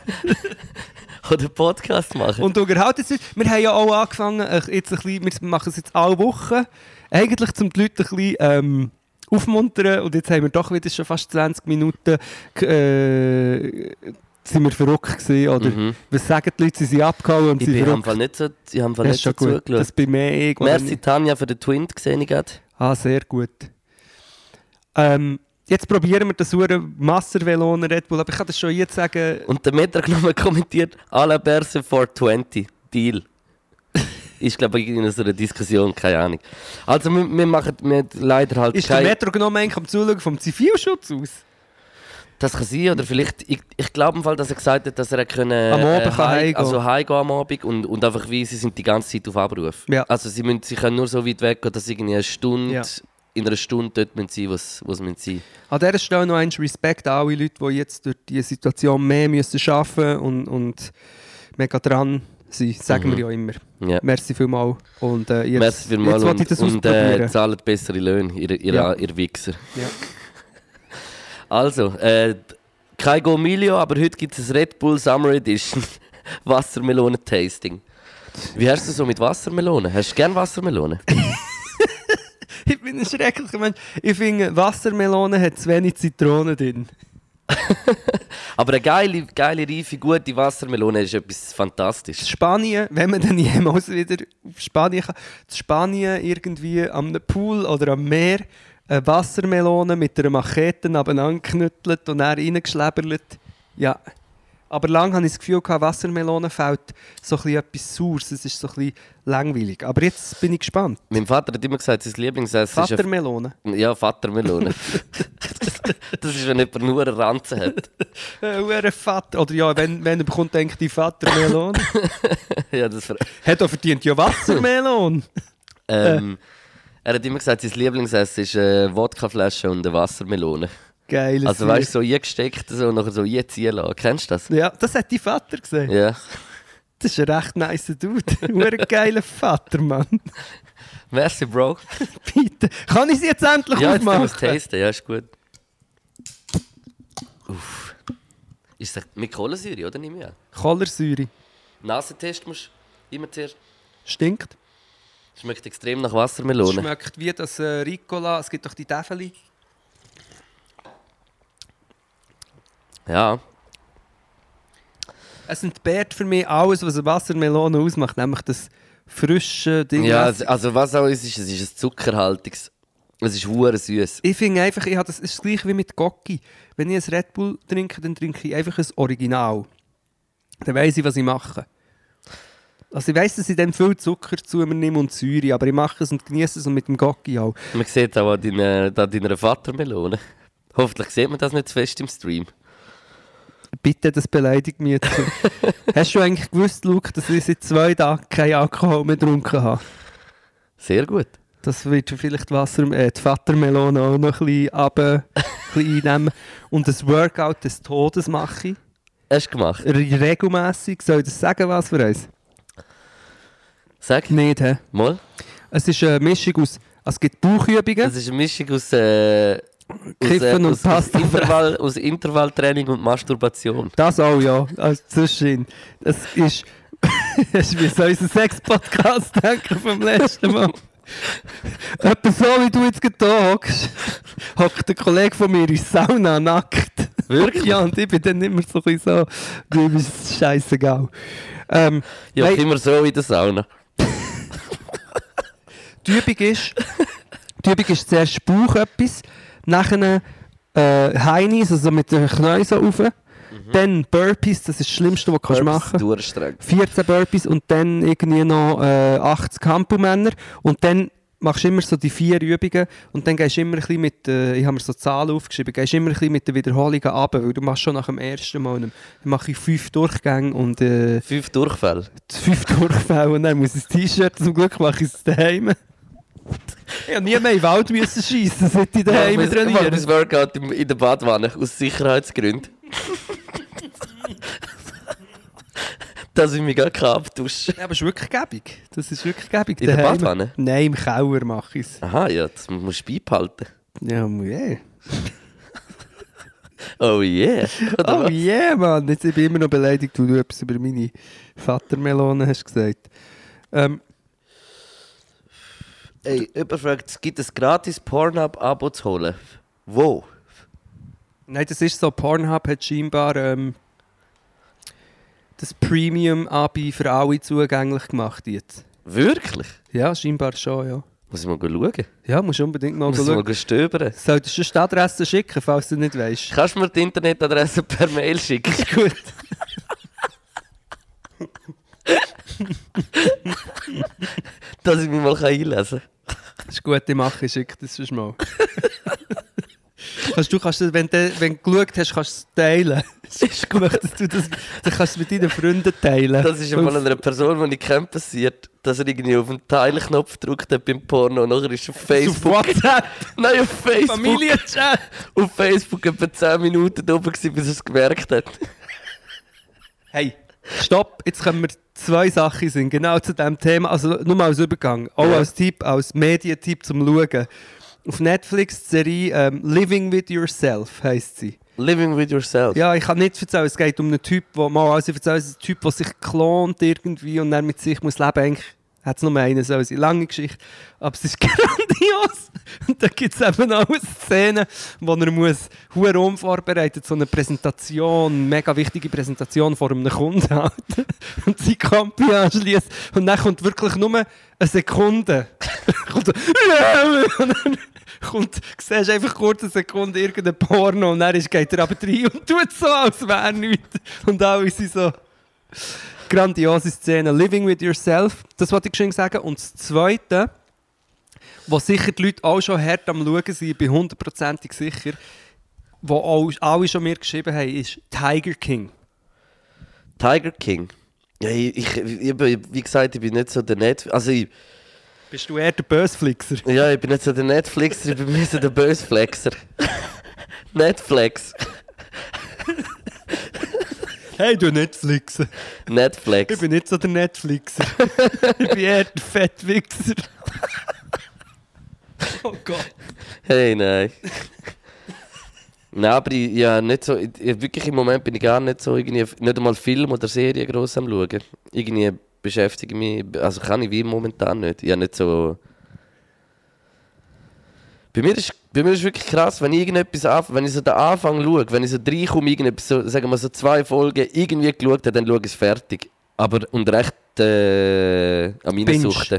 Oder Podcast machen. Und unterhalten uns. Wir haben ja auch angefangen, äh, jetzt ein bisschen, wir machen es jetzt alle Wochen, eigentlich um die Leute ein bisschen ähm, aufmuntern. Und jetzt haben wir doch wieder schon fast zwanzig Minuten äh, sind wir verrückt gewesen, oder? Mhm. Was sagen die Leute, sie sind abgehauen und Ich sind bin am verrückt. Fall nicht so, ich habe am Fall Das nicht ist so schon gut. zugeschaut. Das bin mehr ich. oder Merci nicht. Tanja für den Twin, gesehen ich gerade. Ah, sehr gut. Ähm, jetzt probieren wir das hure Masservelonen Red Bull, aber ich kann das schon jetzt sagen. Und der Metrognomen kommentiert, à la Berse four twenty, Deal. Ist glaube ich in so einer Diskussion, keine Ahnung. Also wir, wir machen wir leider halt Ist der kein... Metronom eigentlich am Zuschauen vom Zivilschutz aus? Das kann sein, oder vielleicht, ich, ich glaube im Fall, dass er gesagt hat, dass er können, Am Abend kann heim- heimgehen. also heimgehen am Abend und, und einfach wie, sie sind die ganze Zeit auf Abruf. Ja. Also sie, müssen, sie können nur so weit weggehen, dass sie irgendwie eine Stunde, Ja. in einer Stunde dort müssen sein, was, was müssen sein. An dieser Stelle noch einmal Respekt an alle Leute, die jetzt durch diese Situation mehr müssen arbeiten und, und mega dran sind, sagen Mhm. wir ja immer. Ja. Merci vielmals. Und äh, jetzt, Merci vielmals jetzt wollte ich und, das und äh, ausprobieren. zahlt bessere Löhne, ihr, ihr, Ja. ihr Wichser. Ja. Also, äh, kein Go Milio, aber heute gibt es ein Red Bull Summer Edition Wassermelonen-Tasting. Wie hast du so mit Wassermelonen? Hast du gerne Wassermelonen? Ich bin ein schrecklicher Mensch. Ich finde, Wassermelone hat zu wenig Zitronen drin. Aber eine geile, geile, reife, gute Wassermelone ist etwas In Fantastisches. Spanien, wenn man dann jemals wieder auf Spanien kann, in Spanien irgendwie am Pool oder am Meer eine Wassermelone mit einer Machete nebeneinander geknüttelt und dann reingeschleberlet. Ja. Aber lange hatte ich das Gefühl, Wassermelone fällt so ein bisschen etwas Saures. Es ist so ein bisschen langweilig. Aber jetzt bin ich gespannt. Mein Vater hat immer gesagt, sein Lieblingsessen ist... Vatermelone. Eine, ja, Vatermelone. Das ist, wenn jemand nur einen Ranzen hat. Äh, Vater. Oder ja, wenn, wenn er bekommt, denkt die Vatermelone. Ja, das ver- Hat er verdient ja Wassermelone. ähm, er hat immer gesagt, sein Lieblingsessen ist eine Wodkaflasche und eine Wassermelone. Geiles Also weißt du, so eingesteckt so, und nachher so einziehen lassen. Kennst du das? Ja, das hat dein Vater gesehen. Ja. Das ist ein recht nice Dude. Ein geiler Vater, Mann. Merci, Bro. Bitte. Kann ich sie jetzt endlich Ja, jetzt aufmachen? muss ich tasten. Ja, ist gut. Uff. Ist es mit Kohlensäure, oder nicht mehr? Kohlensäure. Nasentest musst du immer zuerst. Stinkt. Schmeckt extrem nach Wassermelone. Schmeckt wie das äh, Ricola. Es gibt doch die Täfeli. Ja. Es entbehrt für mich alles, was eine Wassermelone ausmacht, nämlich das frische Ding. Ja, also was auch ist, ist es ist ein zuckerhaltiges. Es ist hure süß. Ich finde einfach, ich habe das ist das gleiche wie mit Gocki. Wenn ich ein Red Bull trinke, dann trinke ich einfach ein Original. Dann weiss ich, was ich mache. Also ich weiss, dass ich dann viel Zucker zu mir nehme und Säure, aber ich mache es und genieße es und mit dem Gocki auch. Man sieht auch an deiner, an deiner Vatermelone. Hoffentlich sieht man das nicht zu fest im Stream. Bitte, das beleidigt mich jetzt. Hast du eigentlich gewusst, Luke, dass ich seit zwei Tagen keinen Alkohol mehr getrunken habe? Sehr gut. Das wird vielleicht Wasser, äh, die Vatermelone auch noch ein bisschen, runter, ein bisschen einnehmen. Und das Workout des Todes mache ich. Hast du gemacht? Re regelmässig. Soll ich das sagen, was für eins? Sag. Nicht, hä? Mal. Es ist eine Mischung aus... Es gibt Bauchübungen. Es ist eine Mischung aus... Äh, Kiffen aus, und äh, aus, aus, Pasta. Intervall, aus Intervalltraining und Masturbation. Das auch, ja. Als Zwischendrin. Es ist... Es ist wie so unser Sex-Podcast denken vom letzten Mal. Etwa so, wie du jetzt gerade hier hockst, hockt ein Kollege von mir in der Sauna nackt. Wirklich? Ja, und ich bin dann immer so ein bisschen so, mir ist es scheissegal. Ähm, Ja, nein, immer so in der Sauna. die Übung ist, die Übung ist zuerst Bauch etwas, nachher äh, Heinis, also mit den Knien so rauf, mhm. Dann Burpees, das ist das Schlimmste, was du kannst machen. Durchstreng. vierzehn Burpees und dann irgendwie noch äh, achtzig Hampelmänner und dann machst du immer so die vier Übungen und dann gehst du immer ein bisschen mit, äh, ich habe mir so Zahlen aufgeschrieben, gehst immer ein bisschen mit den Wiederholungen runter, weil du machst schon nach dem ersten Mal, dann mache ich fünf Durchgänge und äh, Fünf Durchfälle. fünf Durchfälle und dann muss ich das T-Shirt, zum Glück mache ich es daheim. Ich habe nie mehr in den Wald müssen schiessen, seit ich daheim Ich mache trainiere. das Workout in in der Badwanne, aus Sicherheitsgründen. Dass ich mich gar nicht abduschen. Ja, aber es ist wirklich gäbig. Das ist wirklich gäbig. In der daheim. Badwanne? Nein, im Keller mache ich es. Aha, ja, das musst du beibehalten. Ja, yeah. Oh yeah. Oder Oh was? yeah, Mann. Jetzt bin ich immer noch beleidigt, weil du etwas über meine Vatermelone hast gesagt. Ähm, Ey, jemand fragt, es gibt ein gratis Pornhub-Abo zu holen. Wo? nein, das ist so, Pornhub hat scheinbar ähm, das Premium-Abi für alle zugänglich gemacht jetzt. Wirklich? Ja, scheinbar schon, ja. Muss ich mal schauen? Ja, musst du unbedingt mal Muss ich schauen. mal stöbern? Solltest du die Adresse schicken, falls du nicht weißt. Kannst du mir die Internetadresse per Mail schicken? Ist gut. Dass ich mich mal einlesen kann. Das ist gut, ich mache, ich schicke das schon mal. kannst du, kannst du, wenn du, wenn du geschaut hast, kannst du es teilen. Ist gut. Möchtest du das, dann kannst du es mit deinen Freunden teilen. Das ist einmal einer Person, die ich kenne, passiert, dass er irgendwie auf den Teilen-Knopf gedrückt hat beim Porno und nachher ist auf Auf Facebook... WhatsApp, Nein, auf Facebook! Familienchat. Auf Facebook etwa zehn Minuten oben gewesen, bis er es gemerkt hat. Hey, stopp, jetzt können wir zwei Sachen sind genau zu diesem Thema, also nur mal als Übergang, auch Ja. als Tipp, als Medientipp zum Schauen. Auf Netflix die Serie ähm, Living with Yourself heisst sie. Living with yourself. Ja, ich kann nicht erzählen, es geht um einen Typ, der mal, also ich erzähle, es ist ein Typ, der sich klont irgendwie und dann mit sich muss leben. Eigentlich hat es nur einen, so eine lange Geschichte, aber es ist grandios. Und da gibt es eben auch eine Szene, wo er muss hure unvorbereitet so eine Präsentation, mega wichtige Präsentation vor einem Kunden halten und sie Kampi anschließt und dann kommt wirklich nur eine Sekunde. kommt so, und dann kommt, siehst einfach kurz eine Sekunde irgendein Porno und dann ist- geht er aber rein und tut so, als wäre nichts. Und alle sind so... Grandiose Szene. Living with Yourself, das wollte ich schon sagen. Und das Zweite, wo sicher die Leute auch schon hart am Schauen sind, ich bin hundertprozentig sicher, wo auch alle schon mir geschrieben haben, ist Tiger King. Tiger King. Ja, ich, ich, ich, wie gesagt, ich bin nicht so der Netflix... Also ich, Bist du eher der Bösflixer? ja, ich bin nicht so der Netflixer, ich bin mehr so der Bösflexer. Netflix. Hey, du Netflixer. Netflix. Ich bin nicht so der Netflixer. Ich bin eher der Fettwichser. Oh Gott. Hey, nein. Nein, aber ich, ja, nicht so, ich, wirklich im Moment bin ich gar nicht so, irgendwie, nicht einmal Film oder Serie gross am schauen. Irgendwie beschäftige mich, also kann ich wie momentan nicht. Ich habe nicht so... Bei mir ist bei mir ist wirklich krass, wenn ich irgendetwas anf- wenn ich so den Anfang schaue, wenn ich so reinkomme, irgendetwas, so, sagen wir so zwei Folgen irgendwie geschaut habe, dann schaue ich es fertig. Aber und recht äh, an meine Binge. Suchten.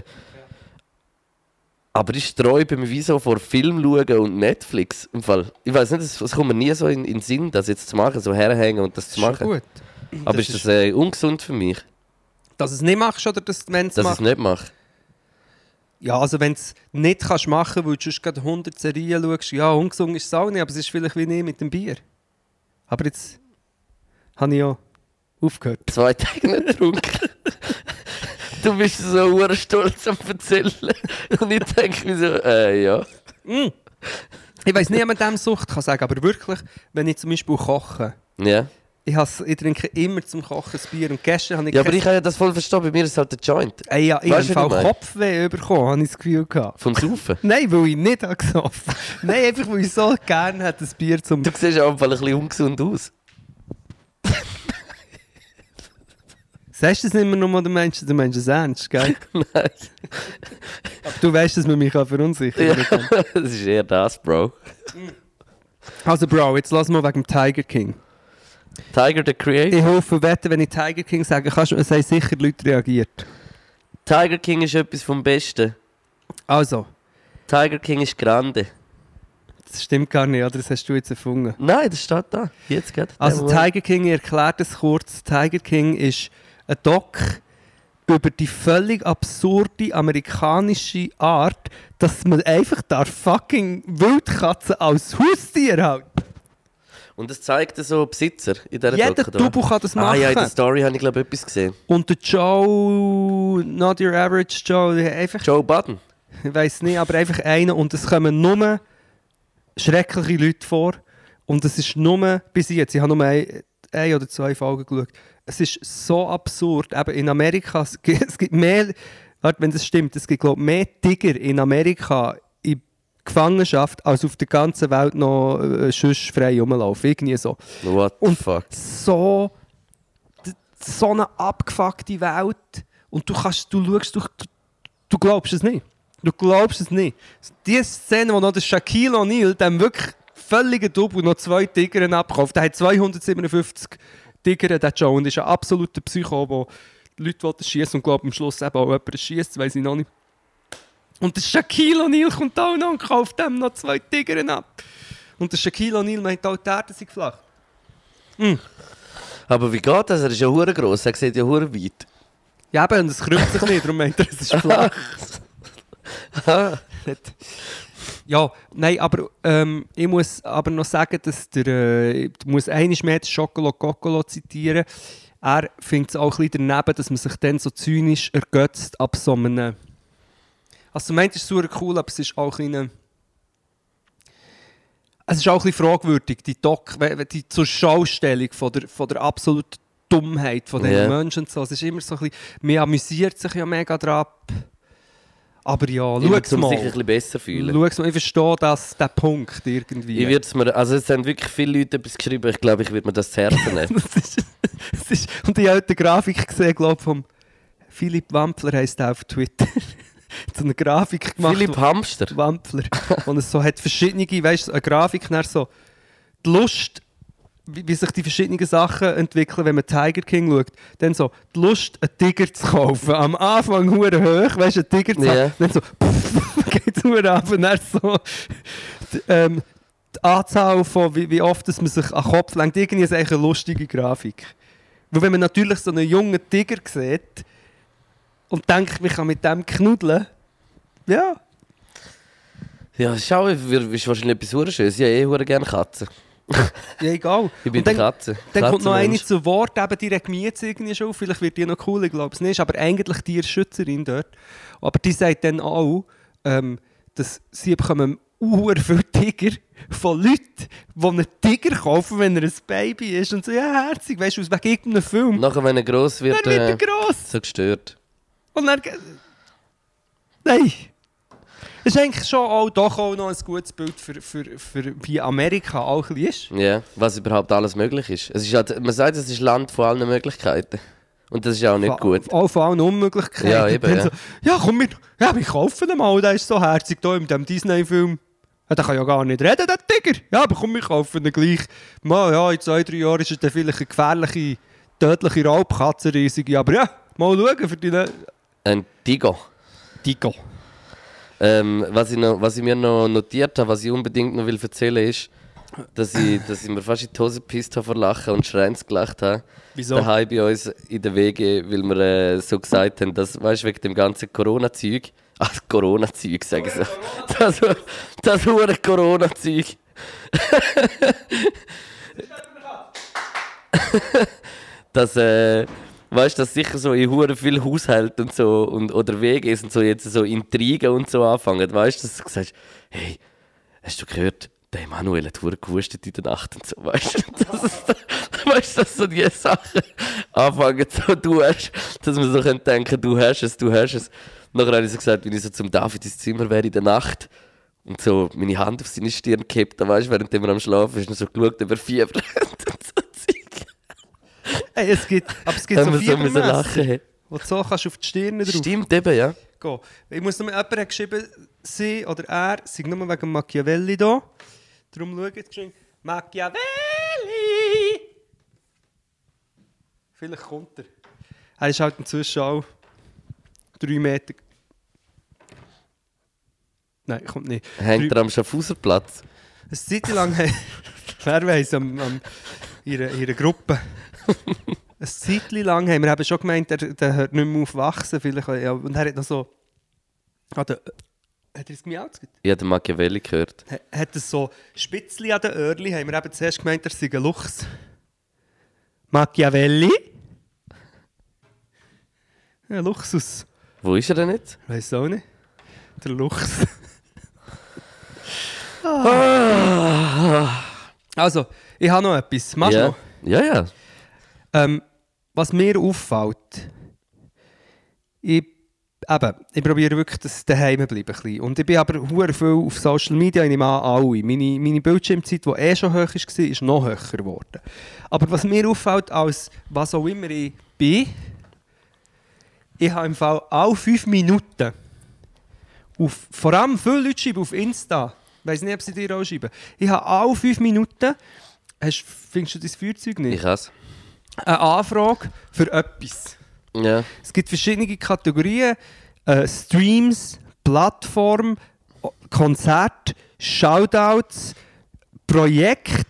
Aber ich streue bei mir wie so vor Film schauen und Netflix. Im Fall. Ich weiß nicht, es, es kommt mir nie so in den Sinn, das jetzt zu machen, so herhängen und das zu Schon machen. gut. Aber Das ist das äh, ungesund für mich, Dass du es nicht machst oder dass wenn es dass ich machst? es nicht mache? Ja, also wenn du es nicht kannst machen, weil du sonst gerade hundert Serien schaust, ja, ungesund ist es auch nicht, aber es ist vielleicht wie nicht mit dem Bier. Aber jetzt habe ich ja aufgehört. Zwei Tage nicht getrunken. Du bist so ur stolz am Erzählen. Und ich denke mir so, äh, ja. Mm. Ich weiss nicht, ob man dem Sucht kann sagen, aber wirklich, wenn ich zum Beispiel koche, Ja. ich, has, ich trinke immer zum Kochen das Bier und gestern habe ich Ja, aber kein- ich kann ja das voll verstehen, bei mir ist es halt der Joint. Ey, ja, ich Weißt du, habe im wie ich Fall meine? Kopfweh bekommen, habe ich das Gefühl gehabt. Vom Saufen. Nein, weil ich nicht habe gesoffen. Nein, einfach weil ich so gerne hätte, das Bier zum... Du siehst auch ein bisschen ungesund aus. Sagst du das nicht mehr nur, oder meinst du, du meinst es ernst, gell? Nein. Aber du weißt, dass man mich kann verunsichern Ja, kann. das ist eher das, Bro. Also Bro, jetzt lass mal wegen dem Tiger King. Tiger the Creator. Ich hoffe, wetten, wenn ich Tiger King sage, kannst du, es haben sicher Leute reagiert. Tiger King ist etwas vom Besten. Also, Tiger King ist grande. das stimmt gar nicht, oder? Das hast du jetzt erfunden. Nein, das steht da. Jetzt geht. Also Tiger King, ich erkläre das kurz. Tiger King ist ein Doc über die völlig absurde amerikanische Art, dass man einfach da fucking Wildkatzen als Haustier hat. Und das zeigt so Besitzer in dieser Jeder Doku, oder? Double kann das machen. Ah ja, in der Story habe ich glaube ich etwas gesehen. Und der Joe, not your average Joe, der einfach, Joe Budden. ich weiß nicht, aber einfach einer. Und es kommen nur schreckliche Leute vor. Und es ist nur, bis jetzt, ich habe nur ein, ein oder zwei Folgen geschaut, es ist so absurd. Eben in Amerika, es gibt, es gibt mehr, warte, wenn das stimmt, es gibt glaube ich mehr Tiger in Amerika in Gefangenschaft, als auf der ganzen Welt noch äh, sonst frei rumlaufen. Irgendwie so. What the Und fuck? so, d- so eine abgefuckte Welt. Und du kannst, du schaust, du, du, du glaubst es nicht. Du glaubst es nicht. Die Szene, wo noch der Shaquille O'Neal, dem wirklich völligen Double, noch zwei Tigern abkauft. Der hat zweihundertsiebenundfünfzig Tigern, der Joe, und ist ein absoluter Psycho, der Leute schießen und glaubt am Schluss eben auch jemanden schießt, weiß ich noch nicht. Und der Shaquille O'Neal kommt auch noch und kauft dem noch zwei Tigern ab. Und der Shaquille O'Neal meint auch, die Erde sei flach. Mm. Aber wie geht das? Er ist ja hure gross, er sieht ja hure weit. Ja, eben, und es krümmt sich nicht, darum meint er, es ist flach. Ja, nein, aber ähm, ich muss aber noch sagen, dass der, äh, ich muss einmal mehr das Schokolo Kokolo zitieren. Er findet es auch ein bisschen daneben, dass man sich dann so zynisch ergötzt ab so einem... Also du meint, es ist super cool, aber es ist auch ein bisschen... Es ist auch ein bisschen fragwürdig, die, Doc, die zur Schaustellung von der, von der absoluten Dummheit von diesen Yeah. Menschen und so. Es ist immer so ein bisschen... Man amüsiert sich ja mega dran. Aber ja, Ich würde schau es mal. sich ein bisschen besser fühlen. Schau's mal. Ich verstehe das, den Punkt irgendwie. Ich würde es mir, also es haben wirklich viele Leute etwas geschrieben, ich glaube, ich würde mir das zu Herzen nehmen. das ist, das ist, und ich habe heute eine Grafik gesehen, glaube vom Philipp Wampfler heisst er auf Twitter. so eine Grafik gemacht. Philipp Hamster. Wampfler. Und es so hat verschiedene, weißt du, eine Grafik nach so die Lust, wie, wie sich die verschiedenen Sachen entwickeln, wenn man Tiger King schaut. Dann so die Lust, einen Tiger zu kaufen. Am Anfang hure hoch, weißt du, einen Tiger zu Ja. haben. Dann so geht es hure ab und dann so die, ähm, die Anzahl von wie, wie oft dass man sich an den Kopf lenkt. Irgendwie ist eigentlich eine lustige Grafik. Weil wenn man natürlich so einen jungen Tiger sieht und denkt, man kann mit dem knuddeln, ja. Ja, schau, ist wahrscheinlich etwas hure Schönes. Ich habe eh hure gerne Katzen. Ja, egal. Ich bin Und dann, eine Katze. dann kommt noch eine Katzenmensch. zu Wort, eben, die regt mich jetzt irgendwie schon auf. Vielleicht wird die noch cool, ich glaube es nicht. Aber eigentlich die Schützerin dort. Aber die sagt dann auch, ähm, dass sie bekommen sehr viele Tiger von Leuten, die einen Tiger kaufen, wenn er ein Baby ist. Und so, ja, herzig, weißt du, aus wegen irgendeinem Film. Nachher, wenn er gross Dann wird, wird er äh, gross. so gestört. Und dann... Nein. ist eigentlich schon auch, doch auch noch ein gutes Bild für, für, für wie Amerika auch ein bisschen ist. Ja, was überhaupt alles möglich ist. Es ist halt, man sagt, es ist Land von allen Möglichkeiten. Und das ist auch nicht Von, gut. Auch von allen Unmöglichkeiten. Ja, eben, Dann ja. So, ja, komm mit, ja, wir kaufen ihn mal, der ist so herzig da in dem Disney-Film. Ja, der kann ja gar nicht reden, der Tiger. Ja, aber komm, wir kaufen ihn gleich. Mal, ja, in zwei, drei Jahren ist er dann vielleicht eine gefährliche, tödliche Raubkatze, riesige. Aber ja, mal schauen für die... Ein Tiger. Tiger. Ähm, was, ich noch, was ich mir noch notiert habe, was ich unbedingt noch will erzählen ist, dass ich, dass ich mir fast in die Hose gepisst habe vor Lachen und schreiend gelacht habe. Wieso? Daheim bei uns in der W G, weil wir äh, so gesagt haben, dass, weißt du, wegen dem ganzen Corona-Zeug, ach, Corona-Zeug, sage ich so, das, das hure Corona-Zeug. dass, äh, weißt du, dass sicher so in hure viel Haushalten und so, und, oder W Gs und so jetzt so Intrigen und so anfangen, weißt du, dass du sagst, hey, hast du gehört, der Manuel hat hure gehustet in der Nacht und so, weißt du, das ist, weißt du, dass so diese Sachen anfangen, so du hast, dass man so denken könnte, du hast es, du hast es. Nachher habe ich so gesagt, wenn ich so zum David ins Zimmer wäre in der Nacht und so meine Hand auf seine Stirn gehabt, dann weißt du, während er am Schlafen ist, und so geschaut, ob er Fieber hat und so Zeug. Hey, es gibt, aber es gibt so Haben wir so müssen Fiebermesser, lachen. wo du so kannst auf die Stirn drauf. Stimmt eben, ja. Gehen. Ich muss noch mal, jemand hat geschrieben, sie oder er sei nur wegen Machiavelli da. Darum schau jetzt geschrieben, Machiavelli! Vielleicht kommt er. Er ist halt inzwischen auch drei Meter. Nein, kommt nicht. Hängt Drei- er am Schaffhauserplatz? Eine Zeit lang, wer weiss, am, am, ihre, ihre Gruppe. Eine Zeit lang haben wir eben schon gemeint, der, der hört nicht mehr auf wachsen. Vielleicht, ja, und er hat noch so. Hat er, hat er es mir ausgegeben? Ich habe den Machiavelli gehört. Hat er so Spitzli an den Öhrli? Haben wir eben zuerst gemeint, er sei ein Luchs. Machiavelli? Ja, Luxus. Wo ist er denn jetzt? Weiss auch nicht. Der Luchs. Also, ich habe noch etwas. Machst du ja. noch? Ja, ja. Ähm, was mir auffällt, ich, eben, ich probiere wirklich das daheim bleiben. Ein bisschen. Und ich bin aber sehr viel auf Social Media, ich nehme an, alle. Meine, meine Bildschirmzeit, die eh schon hoch war, ist noch höher geworden. Aber was mir auffällt, als was auch immer ich bin, ich habe im Fall alle fünf Minuten, auf, vor allem viele Leute schreiben auf Insta, ich weiss nicht, ob sie dir auch schreiben, ich habe alle fünf Minuten, hast, findest du dein Feuerzeug nicht? Ich hasse. Eine Anfrage für etwas. Ja. Es gibt verschiedene Kategorien, äh, Streams, Plattform, O- Konzert, Shoutouts, Projekt,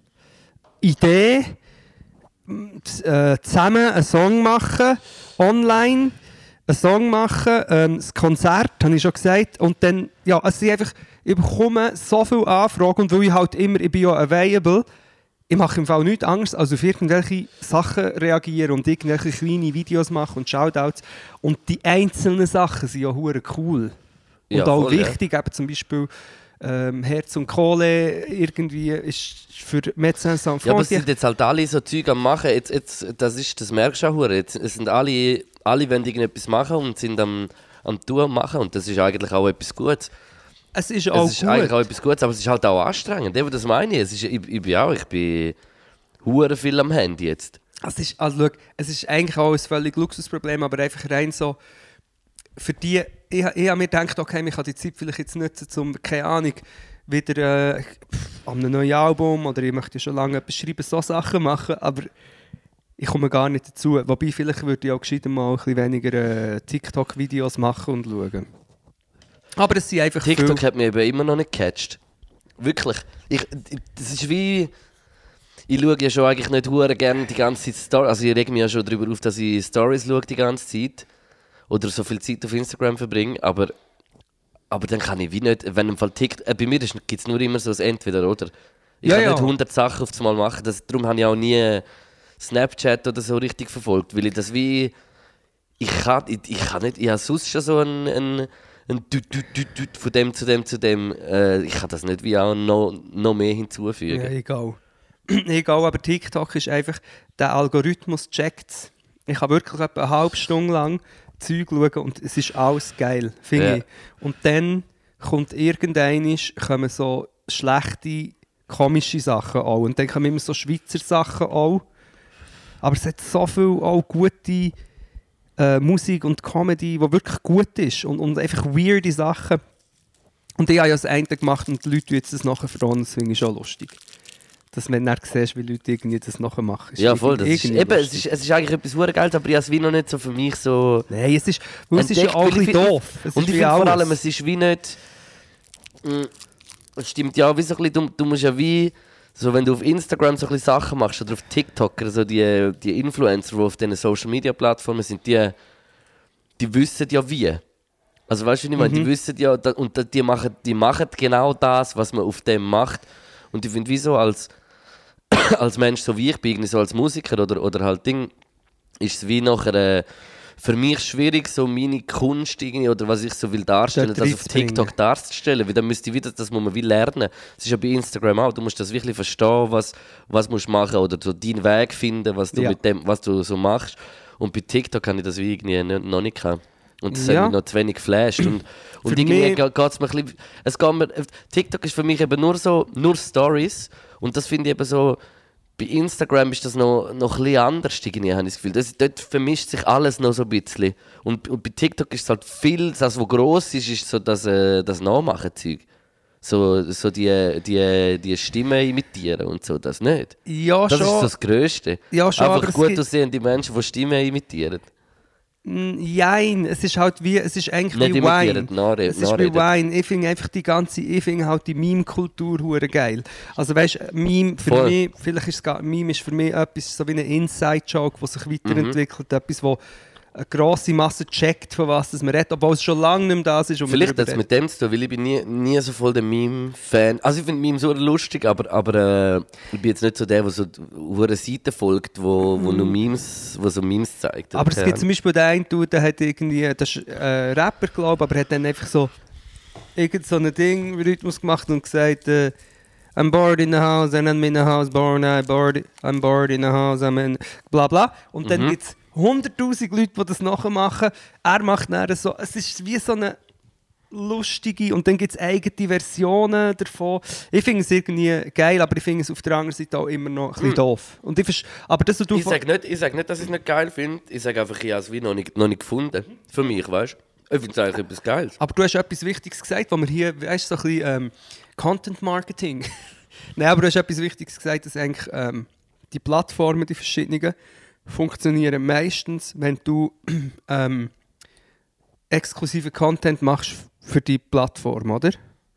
Idee, m- äh, zusammen einen Song machen, online einen Song machen, ähm, das Konzert, habe ich schon gesagt, und dann, ja, also ich einfach, ich bekomme so viele Anfragen, und weil ich halt immer, ich bin ja available, ich mache im Fall nichts anderes, als auf irgendwelche Sachen reagieren und irgendwelche kleine Videos machen und Shoutouts. Und die einzelnen Sachen sind ja hure cool. Und Ja, auch voll, ja. wichtig, eben zum Beispiel ähm, Herz und Kohle irgendwie ist für Médecins Sans Ja, aber es Frontières. sind jetzt halt alle so Zeug am machen. Jetzt, jetzt, das, ist, das merkst du auch hure. Jetzt es sind alle, alle wollen irgendetwas machen und sind am, am Tun und machen. Und das ist eigentlich auch etwas Gutes. Es ist auch Es ist gut. eigentlich auch etwas Gutes, aber es ist halt auch anstrengend. Eben, das meine ich. Es ist, ich, ich bin auch, ich bin hure viel am Handy jetzt. Es ist, also, schau, es ist eigentlich auch ein völlig Luxusproblem, aber einfach rein so für die, ich, ich habe mir gedacht, okay, ich kann die Zeit vielleicht jetzt nutzen, um, keine Ahnung, wieder äh, an einem neuen Album oder ich möchte schon lange etwas schreiben, so Sachen machen, aber ich komme gar nicht dazu. Wobei, vielleicht würde ich auch gescheiter mal ein bisschen weniger äh, TikTok-Videos machen und schauen. Aber es sind einfach TikTok viel... hat mich eben immer noch nicht gecatcht. Wirklich. Ich, ich, das ist wie... Ich schaue ja schon eigentlich nicht hure gerne die ganze Zeit Stories. Also ich reg mich ja schon darüber auf, dass ich Stories schaue die ganze Zeit. Oder so viel Zeit auf Instagram verbringe. Aber, aber dann kann ich wie nicht... Wenn im Fall TikTok... Äh, bei mir gibt es nur immer so ein Entweder, oder? Ich Ja, kann ja. nicht hundert Sachen auf einmal machen. Das, darum habe ich auch nie Snapchat oder so richtig verfolgt. Weil ich das wie... Ich kann, ich, ich kann nicht... Ich habe sonst schon so ein... ein ein Düt, Düt, Düt, Düt, von dem zu dem zu dem. Äh, ich kann das nicht wie auch noch, noch mehr hinzufügen. Ja, egal. egal, aber TikTok ist einfach... Der Algorithmus checkt es. Ich kann wirklich etwa eine halbe Stunde lang Zeug schauen und es ist alles geil, finde Ja. ich. Und dann kommt irgendwann kommen so schlechte, komische Sachen auch. Und dann kommen immer so Schweizer Sachen auch. Aber es hat so viel auch gute äh, Musik und Comedy, die wirklich gut ist. Und, und einfach weirde Sachen. Und ich habe ja das eine gemacht und die Leute jetzt das nachher verraten. Das finde ich schon lustig. Dass man dann siehst, wie Leute irgendwie das nachher machen. Ja, voll. Das ist, eben, es, ist, es ist eigentlich etwas verdammt Geiles, aber ich habe es wie noch nicht so für mich so... Nein, es ist, weil es ist ja auch ein bisschen doof. Es und ist ich wie finde vor alles. allem, es ist wie nicht... Mh, es stimmt ja auch wie so ein bisschen, du, du musst ja wie... So, wenn du auf Instagram so ein bisschen Sachen machst oder auf TikTok, also die, die Influencer, die auf diesen Social Media Plattformen sind, die, die wissen ja wie. Also weißt du, was ich meine? Mhm. Die wissen ja, da, und die machen, die machen genau das, was man auf dem macht. Und ich finde, wie so als... als Mensch, so wie ich bin, so als Musiker oder, oder halt Ding, ist es wie nachher äh, für mich schwierig, so meine Kunst irgendwie, oder was ich so will darstellen, Dort das auf reinzubringen. TikTok darzustellen, weil dann müsste ich wieder, das muss man wie lernen. Es ist ja bei Instagram auch, du musst das wirklich verstehen, was, was musst du machen oder so deinen Weg finden, was du Ja. mit dem, was du so machst. Und bei TikTok kann ich das wie irgendwie nicht, noch nicht haben. Und das Ja. hat mich noch zu wenig geflasht. Und, und Für irgendwie mich- geht es mir ein bisschen... Es geht mir, TikTok ist für mich eben nur so, nur Stories. Und das finde ich eben so... Bei Instagram ist das noch, noch ein bisschen anders, irgendwie, habe ich das Gefühl. Das, dort vermischt sich alles noch so ein bisschen. Und, und bei TikTok ist es halt viel... Das, was gross ist, ist so das, äh, das Nachmachen-Zeug. So, so die, die, die Stimme imitieren und so, das nicht. Ja, Das schon. ist so das Grösste. Ja, schon, aber Einfach es gut gibt- aussehende Menschen, die Stimmen imitieren. Mm, Jein, es ist halt wie, es ist eigentlich Nicht wie imitieren, Wine. nachre- Es ist wie nachreden. Wine. Ich finde einfach die ganze, ich finde halt die Meme-Kultur hure geil. Also weißt, Meme für Voll. mich, vielleicht ist es gar, Meme ist für mich etwas so wie ein Inside-Joke, der sich weiterentwickelt, Mhm. etwas, wo eine grosse Masse checkt, von was das man redet, obwohl es schon lange nicht mehr das ist. Und man Vielleicht darüber hat es redet. mit dem zu tun, weil ich bin nie, nie so voll der Meme-Fan. Also ich finde Memes so lustig, aber, aber äh, ich bin jetzt nicht so der, der so eine Seite folgt, wo, wo nur Memes, wo so Memes zeigt. Aber es Keine gibt zum Beispiel den einen Dude, der hat irgendwie, das ist äh, Rapper, glaube ich, aber hat dann einfach so irgend so ein Ding, Rhythmus gemacht und gesagt, äh, I'm bored in the house, and I'm in the house, born, I'm bored, I'm bored in the house, I'm in... bla bla. Und dann Mhm. gibt es hunderttausend Leute, die das nachmachen. Er macht dann so, es ist wie so eine lustige, und dann gibt es eigene Versionen davon. Ich finde es irgendwie geil, aber ich finde es auf der anderen Seite auch immer noch ein bisschen doof. Und ich verste- aber das, was du Ich von- sage nicht, ich sag nicht, dass ich es nicht geil finde. Ich sage einfach, ich habe es wie noch nicht, noch nicht gefunden. Für mich, weißt du? Ich finde es eigentlich etwas Geiles. Aber du hast etwas Wichtiges gesagt, wo wir hier, weißt du, so ein bisschen ähm, Content Marketing. Nein, aber du hast etwas Wichtiges gesagt, dass eigentlich ähm, die Plattformen, die verschiedenen, funktionieren meistens, wenn du ähm, exklusiven Content machst für die Plattform, oder?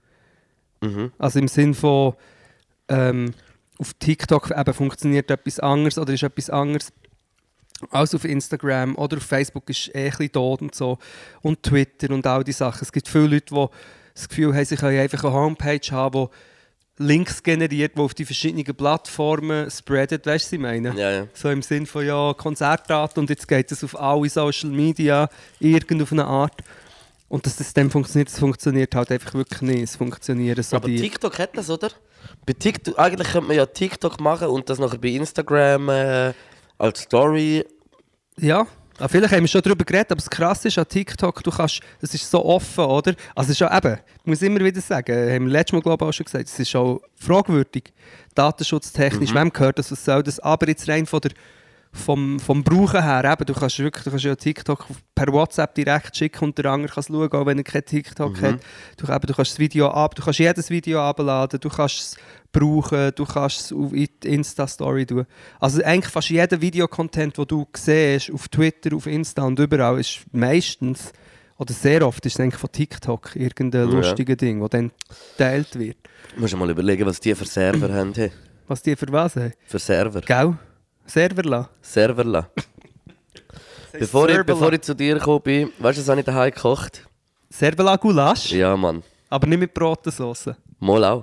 Mhm. Also im Sinn von ähm, auf TikTok eben funktioniert etwas anderes oder ist etwas anderes als auf Instagram oder auf Facebook ist eh ein bisschen tot und so. Und Twitter und all die Sachen. Es gibt viele Leute, die das Gefühl haben, sie können einfach eine Homepage haben, die Links generiert, die auf die verschiedenen Plattformen spreadet. Weißt du, was ich meine? Ja, ja. So im Sinn von, ja, Konzertdaten und jetzt geht es auf alle Social Media irgend auf eine Art. Und dass das dann funktioniert, das funktioniert halt einfach wirklich nicht. Es funktionieren so Aber die... TikTok hat das, oder? Bei TikTok, eigentlich könnte man ja TikTok machen und das nachher bei Instagram äh, als Story. Ja, ah, vielleicht haben wir schon darüber geredet, aber das Krasse ist an TikTok, du kannst, es ist so offen, oder? Also es ist auch eben, ich muss immer wieder sagen, haben wir letztes Mal glaube ich auch schon gesagt, es ist auch fragwürdig, datenschutztechnisch, Mhm. wem gehört das, was soll das, aber jetzt rein von der, vom, vom Brauchen her, eben, du kannst wirklich, du kannst ja TikTok per WhatsApp direkt schicken und der andere kann es schauen, auch wenn er kein TikTok Mhm. hat. Du, eben, du kannst das Video ab, du kannst jedes Video abladen, du kannst es brauchen, du kannst es auf in die Insta-Story tun. Also eigentlich fast jeder Videocontent, den du siehst, auf Twitter, auf Insta und überall, ist meistens, oder sehr oft, ist es eigentlich von TikTok irgendein Ja. lustiges Ding, das dann geteilt wird. Du musst mal überlegen, was die für Server haben. Hey. Was die für was haben? Für Server. Gell? Server lassen. Serverla. Bevor ich, Serverla. bevor ich zu dir gekommen bin, weißt du, was habe ich daheim gekocht? Server lassen Gulasch, Ja, Mann. aber nicht mit Brotensauce. Mal auch.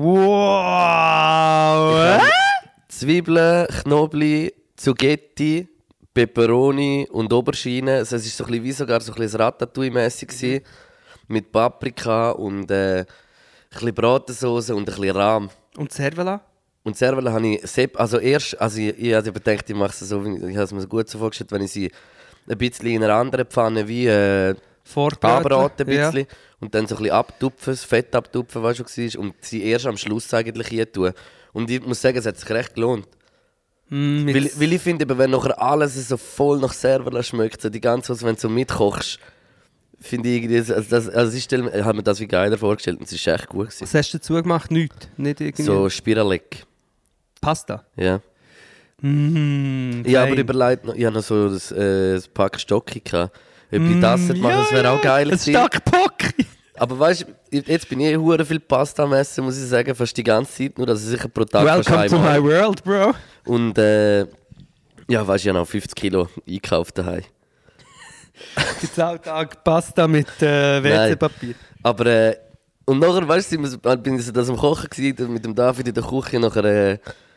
Wow! Zwiebeln, Knoblauch, Zugetti, Peperoni und Aubergine. Also es war so ein bisschen, wie sogar so ein bisschen Ratatouille-mässig gewesen, mit Paprika und äh, ein bisschen Bratensauce und ein bisschen Rahm. Und Server lassen? Und Servela habe ich sep- also erst, also ich, ich habe gedacht, ich mache es so, wie- ich habe es mir so gut so vorgestellt, wenn ich sie ein bisschen in einer anderen Pfanne wie äh, anbraten ein Ja. bisschen und dann so ein bisschen abtupfen, das Fett abtupfen, was schon war, und sie erst am Schluss eigentlich hier tun. Und ich muss sagen, es hat sich recht gelohnt. Mm, mit- Weil, weil ich finde, eben, wenn nachher alles so voll nach Serverla schmeckt, so die ganze, was wenn du so mitkochst, finde ich irgendwie, also, das, also ich stelle, ich habe mir das wie geiler vorgestellt und es ist echt gut gewesen. Was hast du dazu gemacht? Nichts? Nicht irgendwie So Spiralek, Pasta? ja. Mm, Ich habe aber fein. überlegt, noch- ich habe noch so das, äh, das Pack Stocki gehabt. Ob ich das machen, das wäre auch geil Ein gewesen. stark Pocki! Aber weißt du, jetzt bin ich hure viel Pasta am Essen, muss ich sagen, fast die ganze Zeit nur, also sicher pro Tag fast Welcome to einmal. my world, bro. Und äh, ja, weißt du, ich habe noch fünfzig Kilo eingekauft daheim. Gibt es Alltag Pasta mit äh, W C-Papier? Aber äh, und nachher, weißt du, sind wir- bin ich so das am Kochen gewesen, mit dem David in der Küche, nachher äh,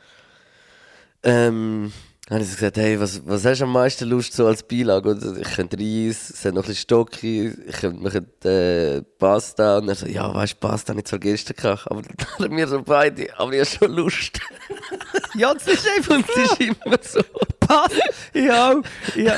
ähm, habe ich so gesagt, hey, was, was hast du am meisten Lust so als Beilage? Oder, ich könnte Reis, es hat noch ein bisschen Stocki, ich könnte, wir könnten, äh, Pasta. Und er so, ja, weißt du, Pasta habe ich zwar gestern gekocht, aber dann haben wir so beide, aber ich habe schon Lust. Ja, das ist einfach Und es ist immer so. Pasta. Ja, ja.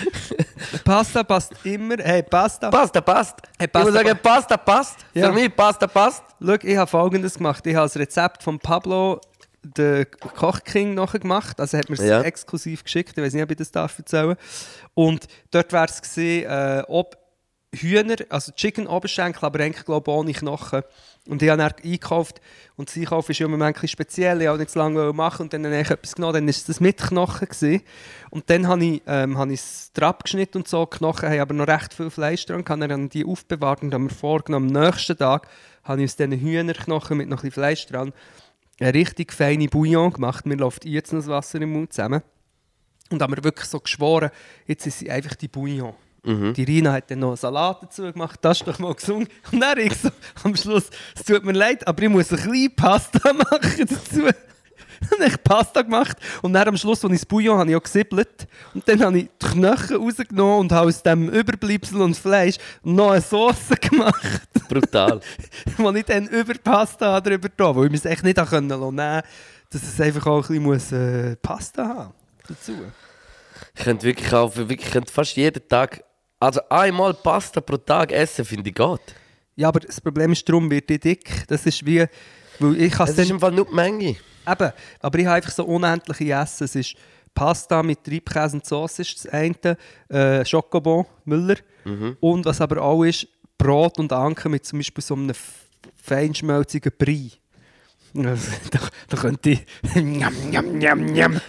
Pasta passt immer. Hey, Pasta. Pasta passt. Hey, Ich Pasta muss sagen, Pasta passt. Ja. Für mich Pasta passt. Schau, ich habe Folgendes gemacht. Ich habe das Rezept von Pablo, der Kochking, nachher gemacht. Also er hat mir es Ja. exklusiv geschickt. Ich weiß nicht, ob ich das darf erzählen. Und dort wäre es gesehen, äh, ob Hühner, also Chicken Oberschenkel, aber eigentlich glaube ich ohne Knochen. Und ich habe dann eingekauft. Und das Einkaufen ist ja immer ein bisschen speziell. Ich wollte nicht zu lange machen und dann habe ich etwas genommen. Dann war das mit Knochen gewesen. Und dann habe ich, ähm, habe ich es drauf geschnitten und so. Die Knochen haben aber noch recht viel Fleisch dran. Dann habe ich die aufbewahrt und habe mir vorgenommen, am nächsten Tag habe ich aus diesen Hühnerknochen mit noch ein bisschen Fleisch dran eine richtig feine Bouillon gemacht. Mir läuft jetzt noch das Wasser im Mund zusammen. Und haben mir wirklich so geschworen, jetzt ist sie einfach die Bouillon. Mhm. Die Rina hat dann noch einen Salat dazu gemacht, das ist doch mal gesungen. Und dann ich so am Schluss, es tut mir leid, aber ich muss ein bisschen Pasta machen dazu. Dann habe ich Pasta gemacht und dann am Schluss, als ich das Bouillon habe ich auch gesiebelt. Und dann habe ich die Knochen rausgenommen und habe aus dem Überbleibsel und Fleisch noch eine Sauce gemacht, Brutal. die ich dann über die Pasta drüber tue, weil ich mir es echt nicht nehmen konnte, dass es einfach auch ein bisschen muss, äh, Pasta haben dazu. Ich könnte wirklich auch, wirklich, ich könnte fast jeden Tag, also einmal Pasta pro Tag essen, finde ich geht. Ja, aber das Problem ist, darum wird ich dick. Das ist wie, weil ich kann Es es ist dann... im Fall nur die Menge. Eben, aber ich habe einfach so unendliche Essen. Es ist Pasta mit Treibkäse und Sauce ist das eine, äh, Schokobon, Müller. Und was aber auch ist, Brot und Anke mit zum Beispiel so einem f- feinschmelzigen Brie. Also, da, da könnte ich... Njam, njam, njam, njam.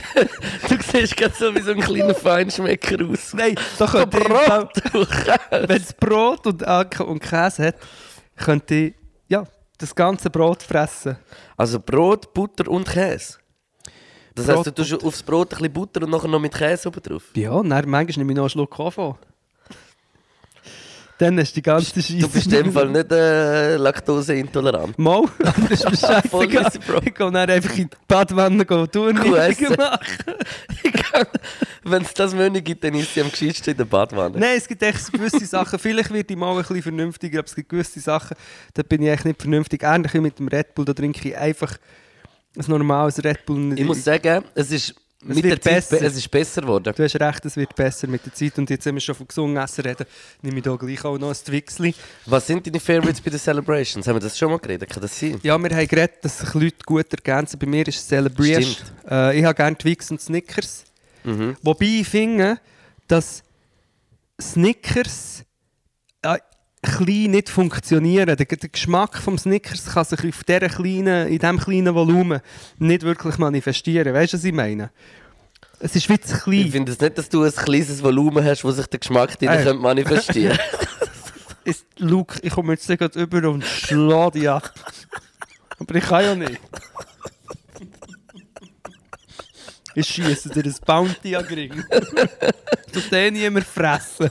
Du siehst gerade so wie so ein kleiner Feinschmecker aus. Nein, da könnte ich... Brot. Wenn es Brot und Anke und Käse hat, könnte ich ja, das ganze Brot fressen. Also Brot, Butter und Käse. Das Brot, heisst, du tust aufs Brot ein bisschen Butter und nachher noch mit Käse oben drauf. Ja, und dann manchmal nehme ich noch einen Schluck Kaffee. Dann hast du die ganze Scheiße. Du bist in dem Fall nicht äh, laktoseintolerant. Mal, aber das ist mir Voll scheißegal. easy, Bro. Ich gehe dann einfach in die Badwanne Turnübungen essen. machen. Wenn es das Menü gibt, dann ist sie am gescheitsten in der Badwanne. Nein, es gibt echt gewisse Sachen. Vielleicht wird ich mal ein bisschen vernünftiger, aber es gibt gewisse Sachen, da bin ich echt nicht vernünftig. Ähnlich wie mit dem Red Bull, da trinke ich einfach ein normales Red Bull. Ich muss sagen, es ist Es mit der wird Zeit besser. be- es ist besser geworden. Du hast recht, es wird besser mit der Zeit. Und jetzt, wenn wir schon von gesungen Essen reden, nehme ich da gleich auch noch ein Twixli. Was sind deine Favorites bei den Celebrations? Haben wir das schon mal geredet? Kann das sein? Ja, wir haben geredet, dass sich Leute gut ergänzen. Bei mir ist es Celebration. Stimmt. Äh, ich habe gerne Twix und Snickers. Mhm. Wobei ich finde, dass Snickers äh, klein nicht funktionieren. Der, der Geschmack des Snickers kann sich auf dieser kleinen, in diesem kleinen Volumen nicht wirklich manifestieren. Weißt du, was ich meine? Es ist wie zu Ich klein. finde es nicht, dass du ein kleines Volumen hast, wo sich der Geschmack drin Ey. könnte manifestieren Ist, Luke, ich komme jetzt gerade über und schlage dich ab. Aber ich kann ja nicht. Ich schiesse dir ein Bounty an den Ring. Du den nie mehr fressen.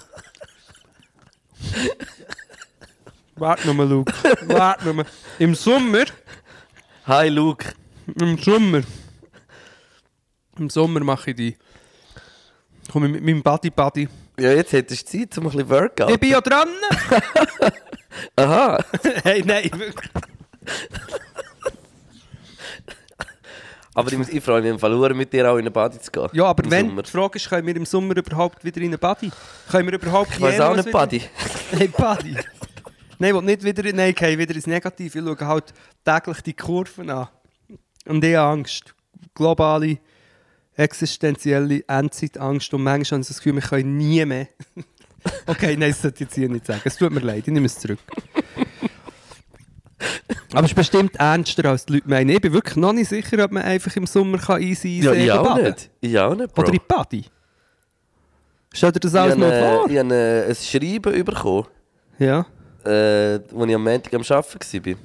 Warte noch mal, Luke. Warte noch mal. Im Sommer, Hi Luke. im Sommer, im Sommer mache ich die. Komme ich mit meinem Buddy Buddy. Ja, jetzt hättest du Zeit, um ein bisschen Workout. Ich bin ja dran! Aha. Hey, nein, wirklich. Aber ich, muss- ich freue mich im Fall hure, mit dir auch in eine Body zu gehen. Ja, aber Im wenn Sommer. die Frage ist, können wir im Sommer überhaupt wieder in eine Body? Können wir überhaupt Ich weiß auch jemals nicht, wieder- Buddy. Hey, Body. Nein, ich will nicht wieder, nein, okay, wieder ins Negative. Ich schaue halt täglich die Kurven an. Und ich habe Angst. Globale, existenzielle Endzeitangst. Und manchmal habe ich das Gefühl, wir können nie mehr. Okay, nein, das sollte ich jetzt hier nicht sagen. Es tut mir leid, ich nehme es zurück. Aber es ist bestimmt ernster, als die Leute meinen. Ich bin wirklich noch nicht sicher, ob man einfach im Sommer kann easy Ja, ich auch baden. nicht. Ich auch nicht, Bro. Oder in die Body. Stell dir das Ich alles habe, mal äh, vor. ich habe äh, ein Schreiben bekommen, Ja. äh, als ich am Montag am Arbeiten war.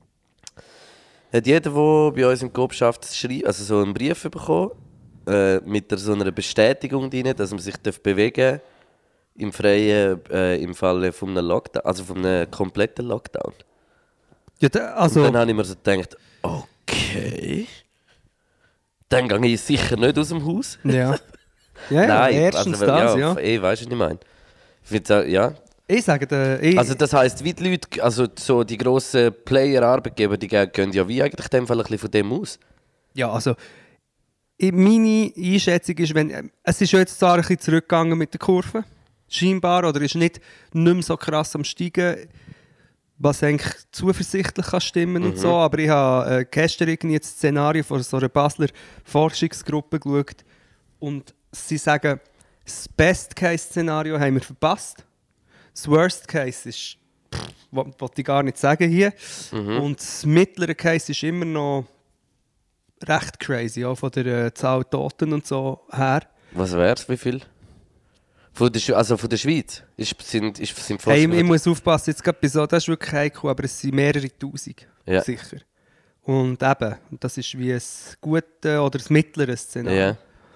Hat jeder, der bei uns im Coop schafft, also so einen Brief bekommen, äh, mit der, so einer Bestätigung drin, dass man sich bewegen darf im Freien äh, im Falle von einem Lockdown, also von einem kompletten Lockdown. Ja, da, also, Und dann habe ich mir so gedacht, okay, dann gehe ich sicher nicht aus dem Haus. ja. Ja, ja, Nein, erstens also, das, ja. ja. Eh, weißt du, was ich meine? Ich find's auch- ja. Ich sage dir, ich, Also das heisst, wie die Leute, also so die grossen Player-Arbeitgeber, die gehen gehen ja wie eigentlich in dem Fall ein bisschen von dem aus. ja, also, ich, meine Einschätzung ist, wenn, ähm, es ist ja jetzt zwar ein bisschen zurückgegangen mit der Kurve, scheinbar, oder ist nicht, nicht mehr so krass am Steigen, was eigentlich zuversichtlich kann stimmen und so, aber ich habe äh, gestern irgendwie das Szenario von so einer Basler Forschungsgruppe geschaut und sie sagen, das Best-Case-Szenario haben wir verpasst. Das Worst-Case ist, pff, wollte ich gar nicht sagen hier. Und das mittlere Case ist immer noch recht crazy, auch von der äh, Zahl Toten und so her. Was wär's, wie viel? Von der, Schwe- also von der Schweiz? Ist, sind, ist, sind fast Hey, ich, ich muss aufpassen, jetzt gerade bei so, das ist wirklich heikel, aber es sind mehrere Tausend, Ja. sicher. Und eben, das ist wie ein gutes oder ein mittleres Szenario. Ja.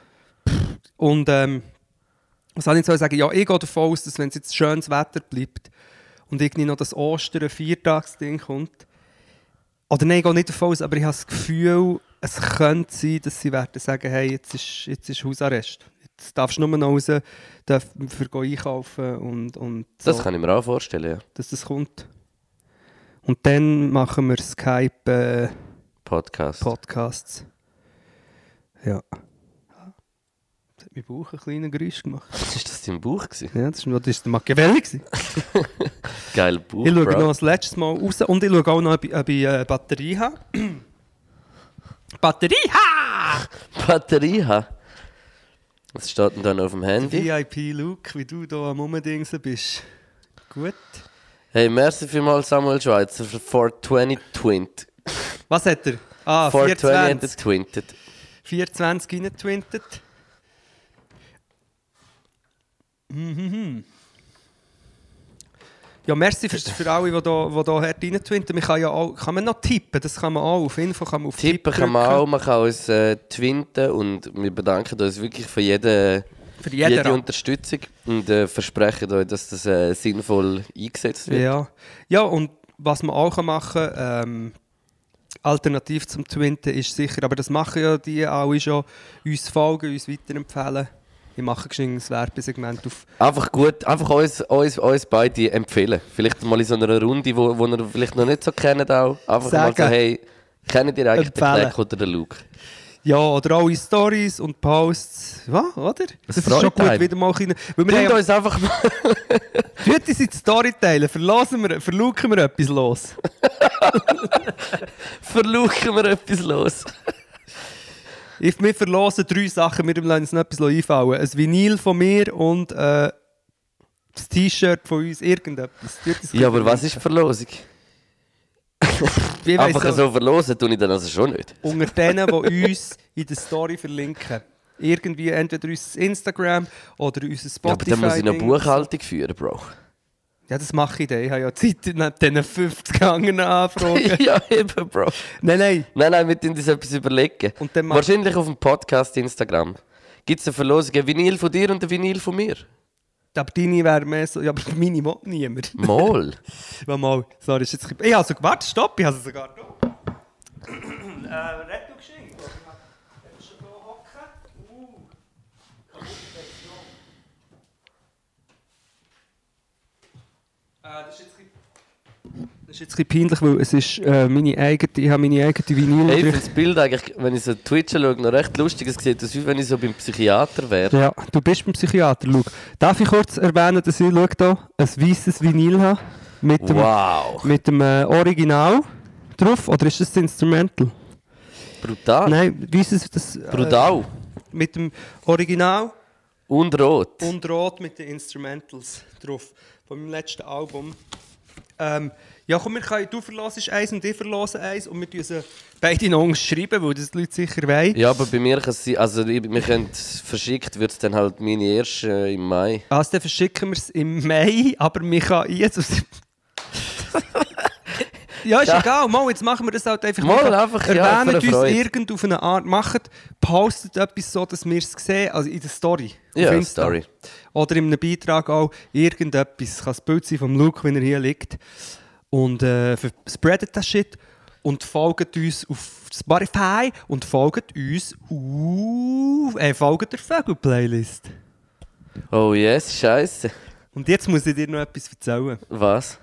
Und ähm, was soll ich jetzt sagen? Ja, ich gehe davon aus, dass wenn es jetzt schönes Wetter bleibt und irgendwie noch das Ostern Viertagsding kommt, oder nein, ich gehe nicht davon aus, aber ich habe das Gefühl, es könnte sein, dass sie werden sagen, hey, jetzt ist, jetzt ist Hausarrest. Jetzt darfst du nur noch raus, darf für gehen einkaufen und, und so, Das kann ich mir auch vorstellen, ja. dass das kommt. Und dann machen wir Skype äh, Podcast. Podcasts. Ja. Jetzt hat mein Bauch ein kleines Geräusch gemacht. Was war das dein Bauch? Gewesen? Ja, das war, das war der Machiavelli. gewesen. Geiler Bauch, Ich schaue Bro. noch das letzte Mal raus und ich schaue auch noch, ob ich, ob ich äh, Batterie habe. Batterie ha! Batterie haben. Was steht denn dann auf dem Handy? V I P-Look, wie du da am Umdingsen bist. Gut. Hey, merci vielmals Samuel Schweizer für four twenty twint. Was hat er? Ah, four twenty hat er vierundzwanzig. twintet. vierundzwanzig reingetwintet. Mhm. Ja, merci für, für alle, die da, die da hart reintwinten. Man kann ja auch, kann man noch tippen, das kann man auch. Auf Info kann man auf Tippen kann man drücken. auch, man kann uns äh, twinten und wir bedanken uns wirklich für jede, Für jede jeden. Unterstützung und äh, versprechen euch, dass das äh, sinnvoll eingesetzt wird. Ja. Ja, und was man auch machen kann, ähm, alternativ zum Twinten ist sicher, aber das machen ja die alle schon, uns folgen, uns weiterempfehlen. Ich mache ein Werbesegment auf. Einfach gut, einfach uns, uns, uns beide empfehlen. Vielleicht mal in so einer Runde, wo, wo ihr vielleicht noch nicht so kennt auch. Einfach mal so, Sagen. hey, kennt ihr eigentlich Empfehlen. den Black oder den Luke? Ja, oder alle Stories und Posts. Ja, oder? Das, ist freut schon gut, einen. wieder mal rein. Weil wir Tut haben uns einfach mal... Tut uns in die Story teilen, verlassen wir, verluchen wir etwas los. Verluchen wir etwas los. Ich, wir verlosen drei Sachen, wir lassen uns noch etwas einfallen. Ein Vinyl von mir und äh, das T-Shirt von uns, irgendetwas. Tut uns Ja, aber was ist die Verlosung? Ich weiss Einfach auch, so verlosen tue ich dann also schon nicht. unter denen, die uns in der Story verlinken. Irgendwie entweder unser Instagram oder unser Ja, aber Spotify. dann muss ich noch Ding. Buchhaltung führen, Bro. Ja, das mache ich dann. Ich habe ja Zeit neben diesen fünfzig anderen Anfragen. Ja, eben, Bro. Nein, nein. Nein, nein, wir müssen uns etwas überlegen. Und dann mach- Wahrscheinlich auf dem Podcast Instagram. Gibt es eine Verlosung, ein Vinyl von dir und ein Vinyl von mir? Aber deine wäre mehr so... Ja, aber meine will niemand. Mal. Warte mal. Sorry, ist jetzt... ein bisschen- Ich habe so gewartet. Stopp, ich habe sie sogar da. äh, red du geschehen. Willst du da hocken? Uh. Äh, das ist jetzt ein bisschen... Das Das ist jetzt ein bisschen peinlich, weil es ist äh, meine eigene, ich habe meine eigene Vinyl. Hey, ich finde das Bild eigentlich, wenn ich so Twitch schaue, noch recht lustig. Es sieht aus, wie wenn ich so beim Psychiater wäre. Ja, du bist beim Psychiater, schau. Darf ich kurz erwähnen, dass ich schau, da ein weisses Vinyl habe? Mit dem, Wow. mit dem äh, Original drauf, oder ist das das Instrumental? Brutal. Nein, weisses, das... Äh, Brutal. mit dem Original Und rot. und rot mit den Instrumentals drauf. Von meinem letzten Album. Ähm, ja, komm, wir können, du verlosest eins und ich verlose eins und wir tun sie beide noch schreiben, weil das die Leute sicher wollen. Ja, aber bei mir kann es sein, also ich- wir können verschickt wird es dann halt meine erste äh, im Mai. Also dann verschicken wir es im Mai, aber wir können jetzt... aus- ja, ist Ja. egal. Mal, jetzt machen wir das halt einfach. Mal, Wir einfach, ja, erwähnen für eine uns Freude. irgend auf eine Art, macht, postet etwas so, dass wir es sehen, also in der Story. auf Ja, Insta. Story. Oder in einem Beitrag auch irgendetwas. Kann das Bild sein vom Luke, wenn er hier liegt. Und äh, ver- spreadet das Shit und folgt uns auf Spotify und folgt uns auf... Äh, folgt der Vögel-Playlist. Oh yes, scheiße. Und jetzt muss ich dir noch etwas erzählen. Was?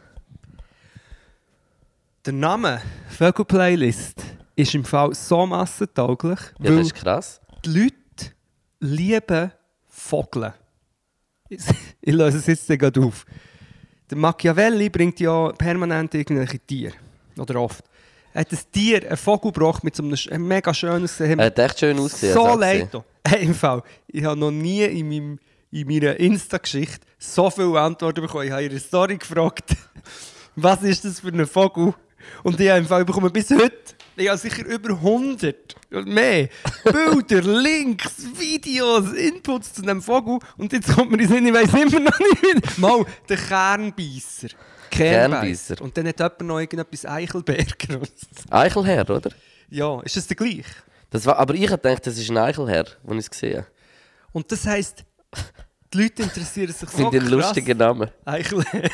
Der Name Vögel-Playlist ist im Fall so massentauglich, Ja, weil das ist krass. die Leute lieben Vögel. Ich, ich löse es jetzt gerade auf. Der Machiavelli bringt ja permanent irgendwelche Tiere. Oder oft. Er hat ein Tier, einen Vogel gebracht mit so einem sch- mega schönen Gesicht. Er hat echt schön ausgesehen. So hast du leid. gesehen? Hey, im Fall, ich habe noch nie in, meinem, in meiner Insta-Geschichte so viele Antworten bekommen. Ich habe ihre Story gefragt, was ist das für ein Vogel? Und ich habe im Fall bekommen bis heute, ich habe sicher über hundert und mehr Bilder, Links, Videos, Inputs zu diesem Vogel. Und jetzt kommt mir in den Sinn, ich weiss immer noch nicht. Mal, der Kernbeisser. Kernbeisser. Und dann hat jemand noch irgendetwas Eichelberger. Eichelherr, oder? Ja, ist das der gleich? Das war, aber ich habe gedacht, das ist ein Eichelherr, als ich es gesehen habe. Und das heisst, die Leute interessieren sich Ich so finde krass. einen lustigen Namen. Eichler.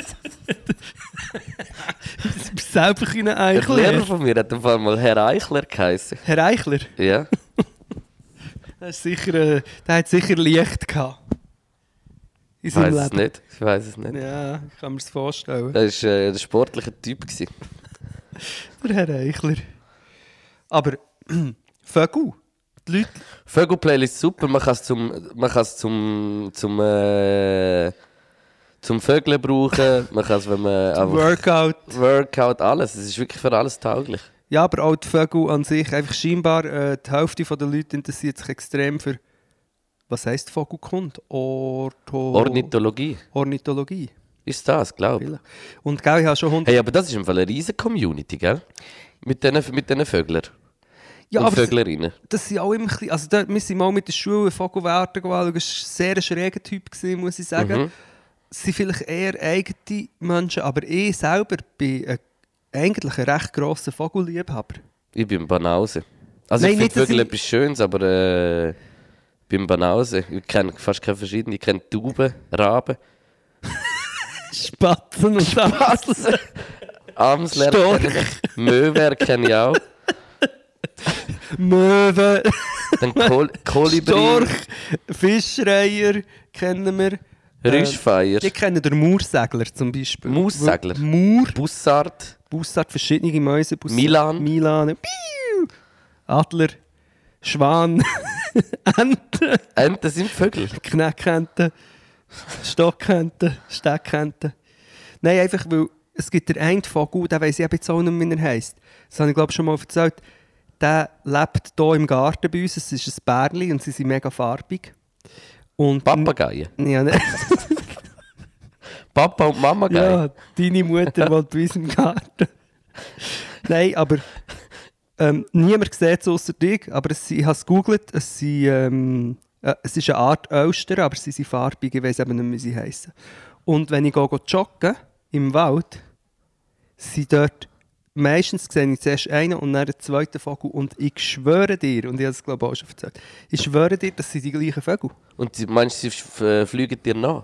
Du bist selber ein Der Eichler. Lehrer von mir hat auf einmal Herr Eichler geheißen. Herr Eichler, Ja. der, ist sicher, äh, der hat sicher Licht gehabt. In Ich seinem weiß es Leben. nicht. Ich weiß es nicht. Ja, ich kann mir das vorstellen. Er war äh, ein sportlicher Typ. Gewesen. Der Herr Eichler. Aber Vögel, die Leute... Vögel-Playlist super, man kann es zum, man kann es zum, zum, äh, zum Vögeln brauchen, man kann es, wenn man einfach Workout. Workout, alles, es ist wirklich für alles tauglich. Ja, aber auch die Vögel an sich. Einfach scheinbar, äh, die Hälfte der Leute interessiert sich extrem für... Was heisst Vogelkunde? Ortho... Ornithologie, Ornithologie. ist das, glaube ich. Und gell, ich habe schon hundert... Hey, aber das ist im Fall eine riesige Community, gell? Mit diesen mit diesen Vöglern Ja, und aber das, Vöglerinnen. das sind auch immer ein bisschen... Also da, wir sind mal mit der Schule Vogelwärter gewählt. Das war ein sehr schräger Typ, gewesen, muss ich sagen. Mhm. Es sind vielleicht eher eigene Menschen, aber ich selber bin ein, eigentlich ein recht grosser Vogelliebhaber. Ich bin Banause. Also Nein, ich nicht, finde dass Vögel ich- etwas Schönes, aber äh, ich bin Banause. Ich kenne fast keine verschiedenen. Ich kenne Tauben, Raben, Spatzen und Spatzen. Amsler, Storch. kenne ich. Möwer kenne ich auch. Möwe, Dann Kol Kolibri, Storch, Fischreier kennen wir. Rüschfeier, Ich kenne den Maursegler zum Beispiel. Maussegler. Mauer, Bussard, Bussard, verschiedene Mäuse. Bussard, Milan. Milan. Piu, Adler, Schwan, Ente, Enten sind Vögel. Kneckente, Stockente, Steckente. Nein, einfach weil es gibt den einen Vogel, der weiss ich jetzt auch nicht mehr, wie er heisst. Das habe ich glaube schon mal erzählt. Der lebt hier im Garten bei uns. Es ist ein Bärli und sie sind mega farbig. Und Papageien. Ja, ne? Papa und Mama geil. Ja, deine Mutter wohnt bei uns im Garten. Nein, aber ähm, niemand sieht es ausser dich. Aber es, ich habe es gegoogelt. Es, sind, ähm, äh, es ist eine Art Öster, aber sie sind farbig. Ich weiß eben nicht, wie sie heißen. Und wenn ich gehe, gehe joggen im Wald, sind dort meistens sehe ich zuerst einen und dann den zweiten Vogel. Und ich schwöre dir, und ich habe es glaube ich auch schon erzählt, ich schwöre dir, das sind die gleichen Vögel. Und sie- meinst du, sie f- äh, fliegen dir nach?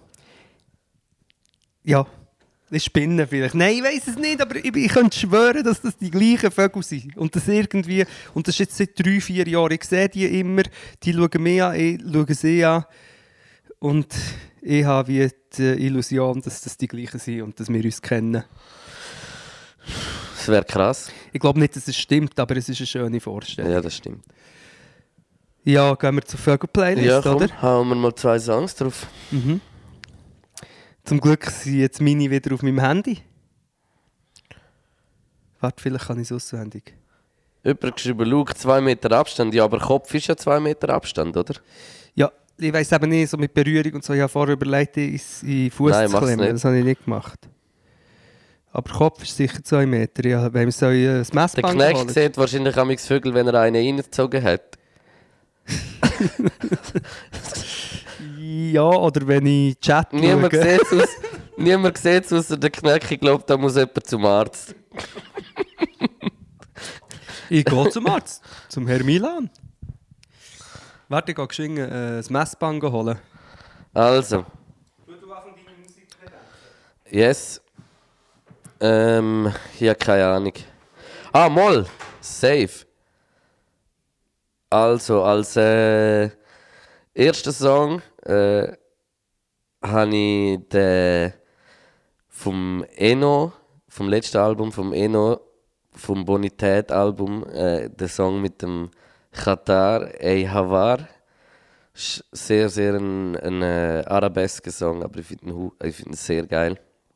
Ja, ich spinne vielleicht. Nein, ich weiß es nicht, aber ich, ich könnte schwören, dass das die gleichen Vögel sind. Und das irgendwie, und das ist jetzt seit drei, vier Jahren. Ich sehe die immer, die schauen mich an, ich schaue sie an. Und ich habe wie die Illusion, dass das die gleichen sind und dass wir uns kennen. Das wäre krass. Ich glaube nicht, dass es stimmt, aber es ist eine schöne Vorstellung. Ja, das stimmt. Ja, gehen wir zur Vögel-Playlist, Ja, komm, oder? hauen wir mal zwei Songs drauf. Mhm. Zum Glück sind jetzt meine wieder auf meinem Handy. Warte, vielleicht kann ich es auswendig. Jemand hat geschrieben, Luke, zwei Meter Abstand. Ja, aber Kopf ist ja zwei Meter Abstand, oder? Ja, ich weiss eben nicht, so mit Berührung und so. Ich habe vorher überlegt, in den Fuß Nein, zu mach's klemmen. nicht. Das habe ich nicht gemacht. Aber Kopf ist sicher zwei Meter. Ja, wenn wir so ein Der Messband Knecht holen. sieht wahrscheinlich am Vögel, wenn er einen reingezogen hat. Ja, oder wenn ich Chat Niemand schaue. sieht es aus, niemand sieht es außer der Knecht. Ich glaube, da muss jemand zum Arzt. Ich gehe zum Arzt, zum Herr Milan. Warte, ich gehe geschwind äh, das Messband holen. Also. Yes. Ähm, ich habe keine Ahnung. Ah, Moll. Safe. Also, als äh, erster Song äh, habe ich den vom Eno, vom letzten Album vom Eno, vom Bonität-Album, äh, den Song mit dem Qatar, Ey Havar. Ist sehr, sehr ein, ein äh, arabesken Song, aber ich finde ihn, hu- ich find ihn sehr geil.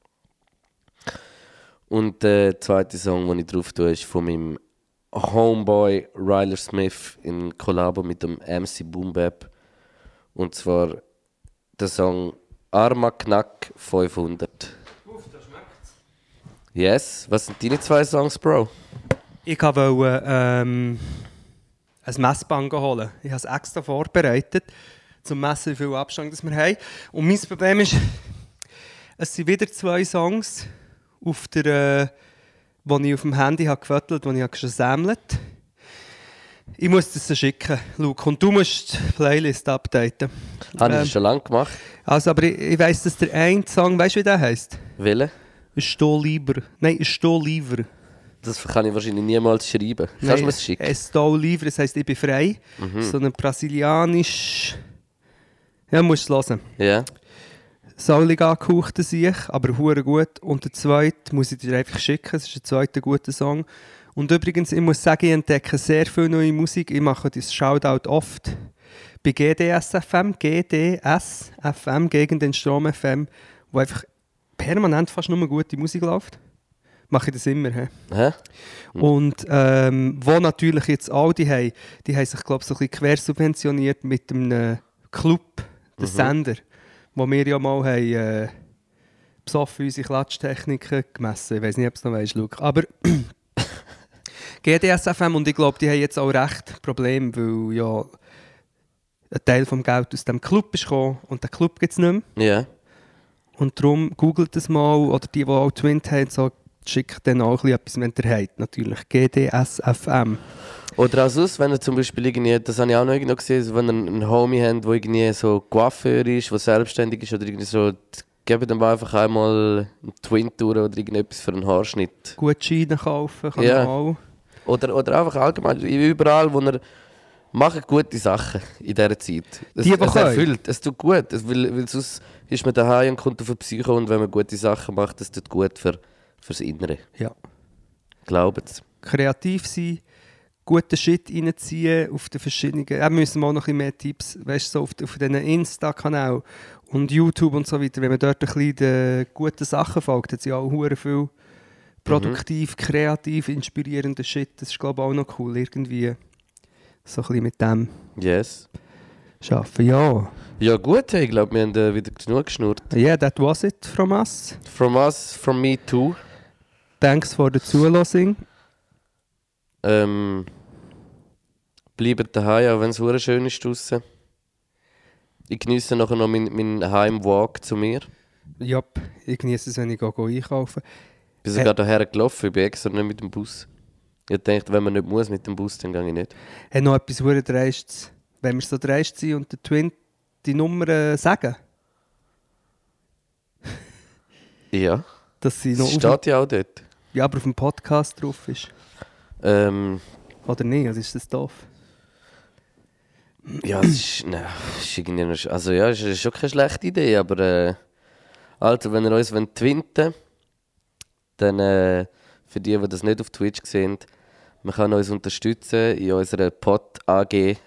Und der zweite Song, den ich drauf tue, ist von meinem Homeboy Ryler Smith in Kollabo mit dem M C Boom Bap. Und zwar der Song Arma Knack fünfhundert. Uff, das schmeckt's. Yes, was sind deine zwei Songs, Bro? Ich wollte ähm, ein Messband holen. Ich habe es extra vorbereitet, um zu messen, wie viel Abstand das wir haben. Und mein Problem ist, es sind wieder zwei Songs, auf der, äh, die ich auf dem Handy habe gefüttert habe, die ich gesammelt habe. Ich muss das schicken, Luke. Und du musst die Playlist updaten. Habe ich Ähm, schon lange gemacht. Also, aber ich, ich weiss, dass der eine Song, weißt du, wie der heisst? Welchen? «Sto lieber». Nein, «Sto lieber». Das kann ich wahrscheinlich niemals schreiben. Kannst du mir das schicken? «Sto lieber», das heisst «Ich bin frei». Mhm. So ein brasilianisch... Ja, musst du es hören. Ja. Saulig angehauchter sich, aber hure gut. Und der zweite muss ich dir einfach schicken. Es ist der zweite guter Song. Und übrigens, ich muss sagen, ich entdecke sehr viel neue Musik. Ich mache dieses Shoutout oft bei G D S F M, G D S F M, gegen den Strom F M, wo einfach permanent fast nur gute Musik läuft. Mache ich das immer. He? Hä? Und ähm, wo natürlich jetzt all die haben, die haben sich, glaube ich, so ein bisschen quersubventioniert mit einem Club, den Mhm. Sender, wo wir ja mal haben, äh, besoffen unsere Klatschtechniken gemessen. Ich weiß nicht, ob du es noch weißt, Luke. Aber G D S F M, und ich glaube, die haben jetzt auch recht Probleme, weil ja ein Teil des Geld aus dem Club ist gekommen und den Club gibt es nicht mehr. Ja. Und darum googelt es mal, oder die, die auch Twint haben, so, schickt dann auch ein bisschen etwas, wenn ihr habt, natürlich. G D S F M. Oder auch sonst, wenn ihr zum Beispiel irgendwie, das habe ich auch noch irgendwo gesehen, so, wenn ihr einen Homie habt, der irgendwie so Coiffeur ist, der selbstständig ist, oder irgendwie so, gebt ihm einfach einmal einen Twin-Tour oder irgendetwas für einen Haarschnitt. Gut Scheine kaufen, kann Ja. man auch. Oder, oder einfach allgemein, überall, wo er macht gute Sachen in dieser Zeit. Es, Die, die es können. erfüllt, es tut gut, es, weil, weil sonst ist man daheim und kommt auf eine Psycho, und wenn man gute Sachen macht, das tut gut für, fürs Innere. Ja. Glaubt's. Kreativ sein, guten Shit reinziehen auf den verschiedenen... Ja, müssen wir auch noch ein bisschen mehr Tipps, weißt du, so auf, auf diesen Insta-Kanal und YouTube und so weiter. Wenn man dort ein bisschen den guten Sachen folgt, hat sie auch hure viel produktiv, kreativ, inspirierenden Shit. Das ist, glaube ich, auch noch cool, irgendwie so ein bisschen mit dem Yes. arbeiten. Ja. Ja gut, hey, ich glaube, wir haben äh, wieder genug geschnurrt. Yeah, that was it from us. From us, from me too. Thanks for the Zuhören. Ähm, bleibt daheim, auch wenn es hure schön ist draussen. Ich genieße nachher noch meinen mein Heimwalk zu mir. Ja, ich genieße es, wenn ich gehe, gehe einkaufen. Ich bin sogar daher gelaufen, ich bin extra nicht mit dem Bus. Ich dachte, wenn man nicht muss mit dem Bus, dann gehe ich nicht. Hat noch etwas hure Dreistes. Wenn wir so dreist sind und der Twin die Nummer äh, sagen, Ja, dass sie noch das auf dem, steht ja auch dort. ja, aber auf dem Podcast drauf ist. Ähm, Oder nicht? Also ist das doof? ja, es ist, nein, es ist irgendwie noch, also ja, es ist schon keine schlechte Idee, aber äh, also, wenn ihr uns twinten wollt, dann äh, für die, die das nicht auf Twitch sehen, man kann uns unterstützen in unserer Pod A G.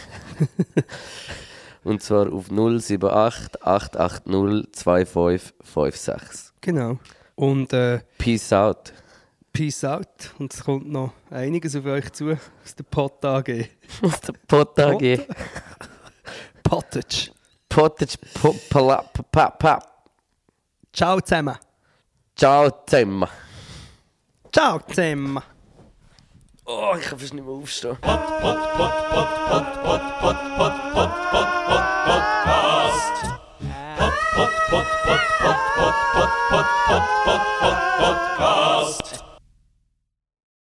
Und zwar auf null sieben acht acht acht null zwei fünf fünf sechs. Genau. Und äh, Peace out. Peace out. Und es kommt noch einiges auf euch zu aus der Pot A G. Aus der Pod A G. Pottage. Pottage. Po- pala- pa- pa- pa. Ciao zusammen. Ciao zusammen. Ciao zusammen. Oh, ich kann fast nicht mehr aufstehen. Podcast.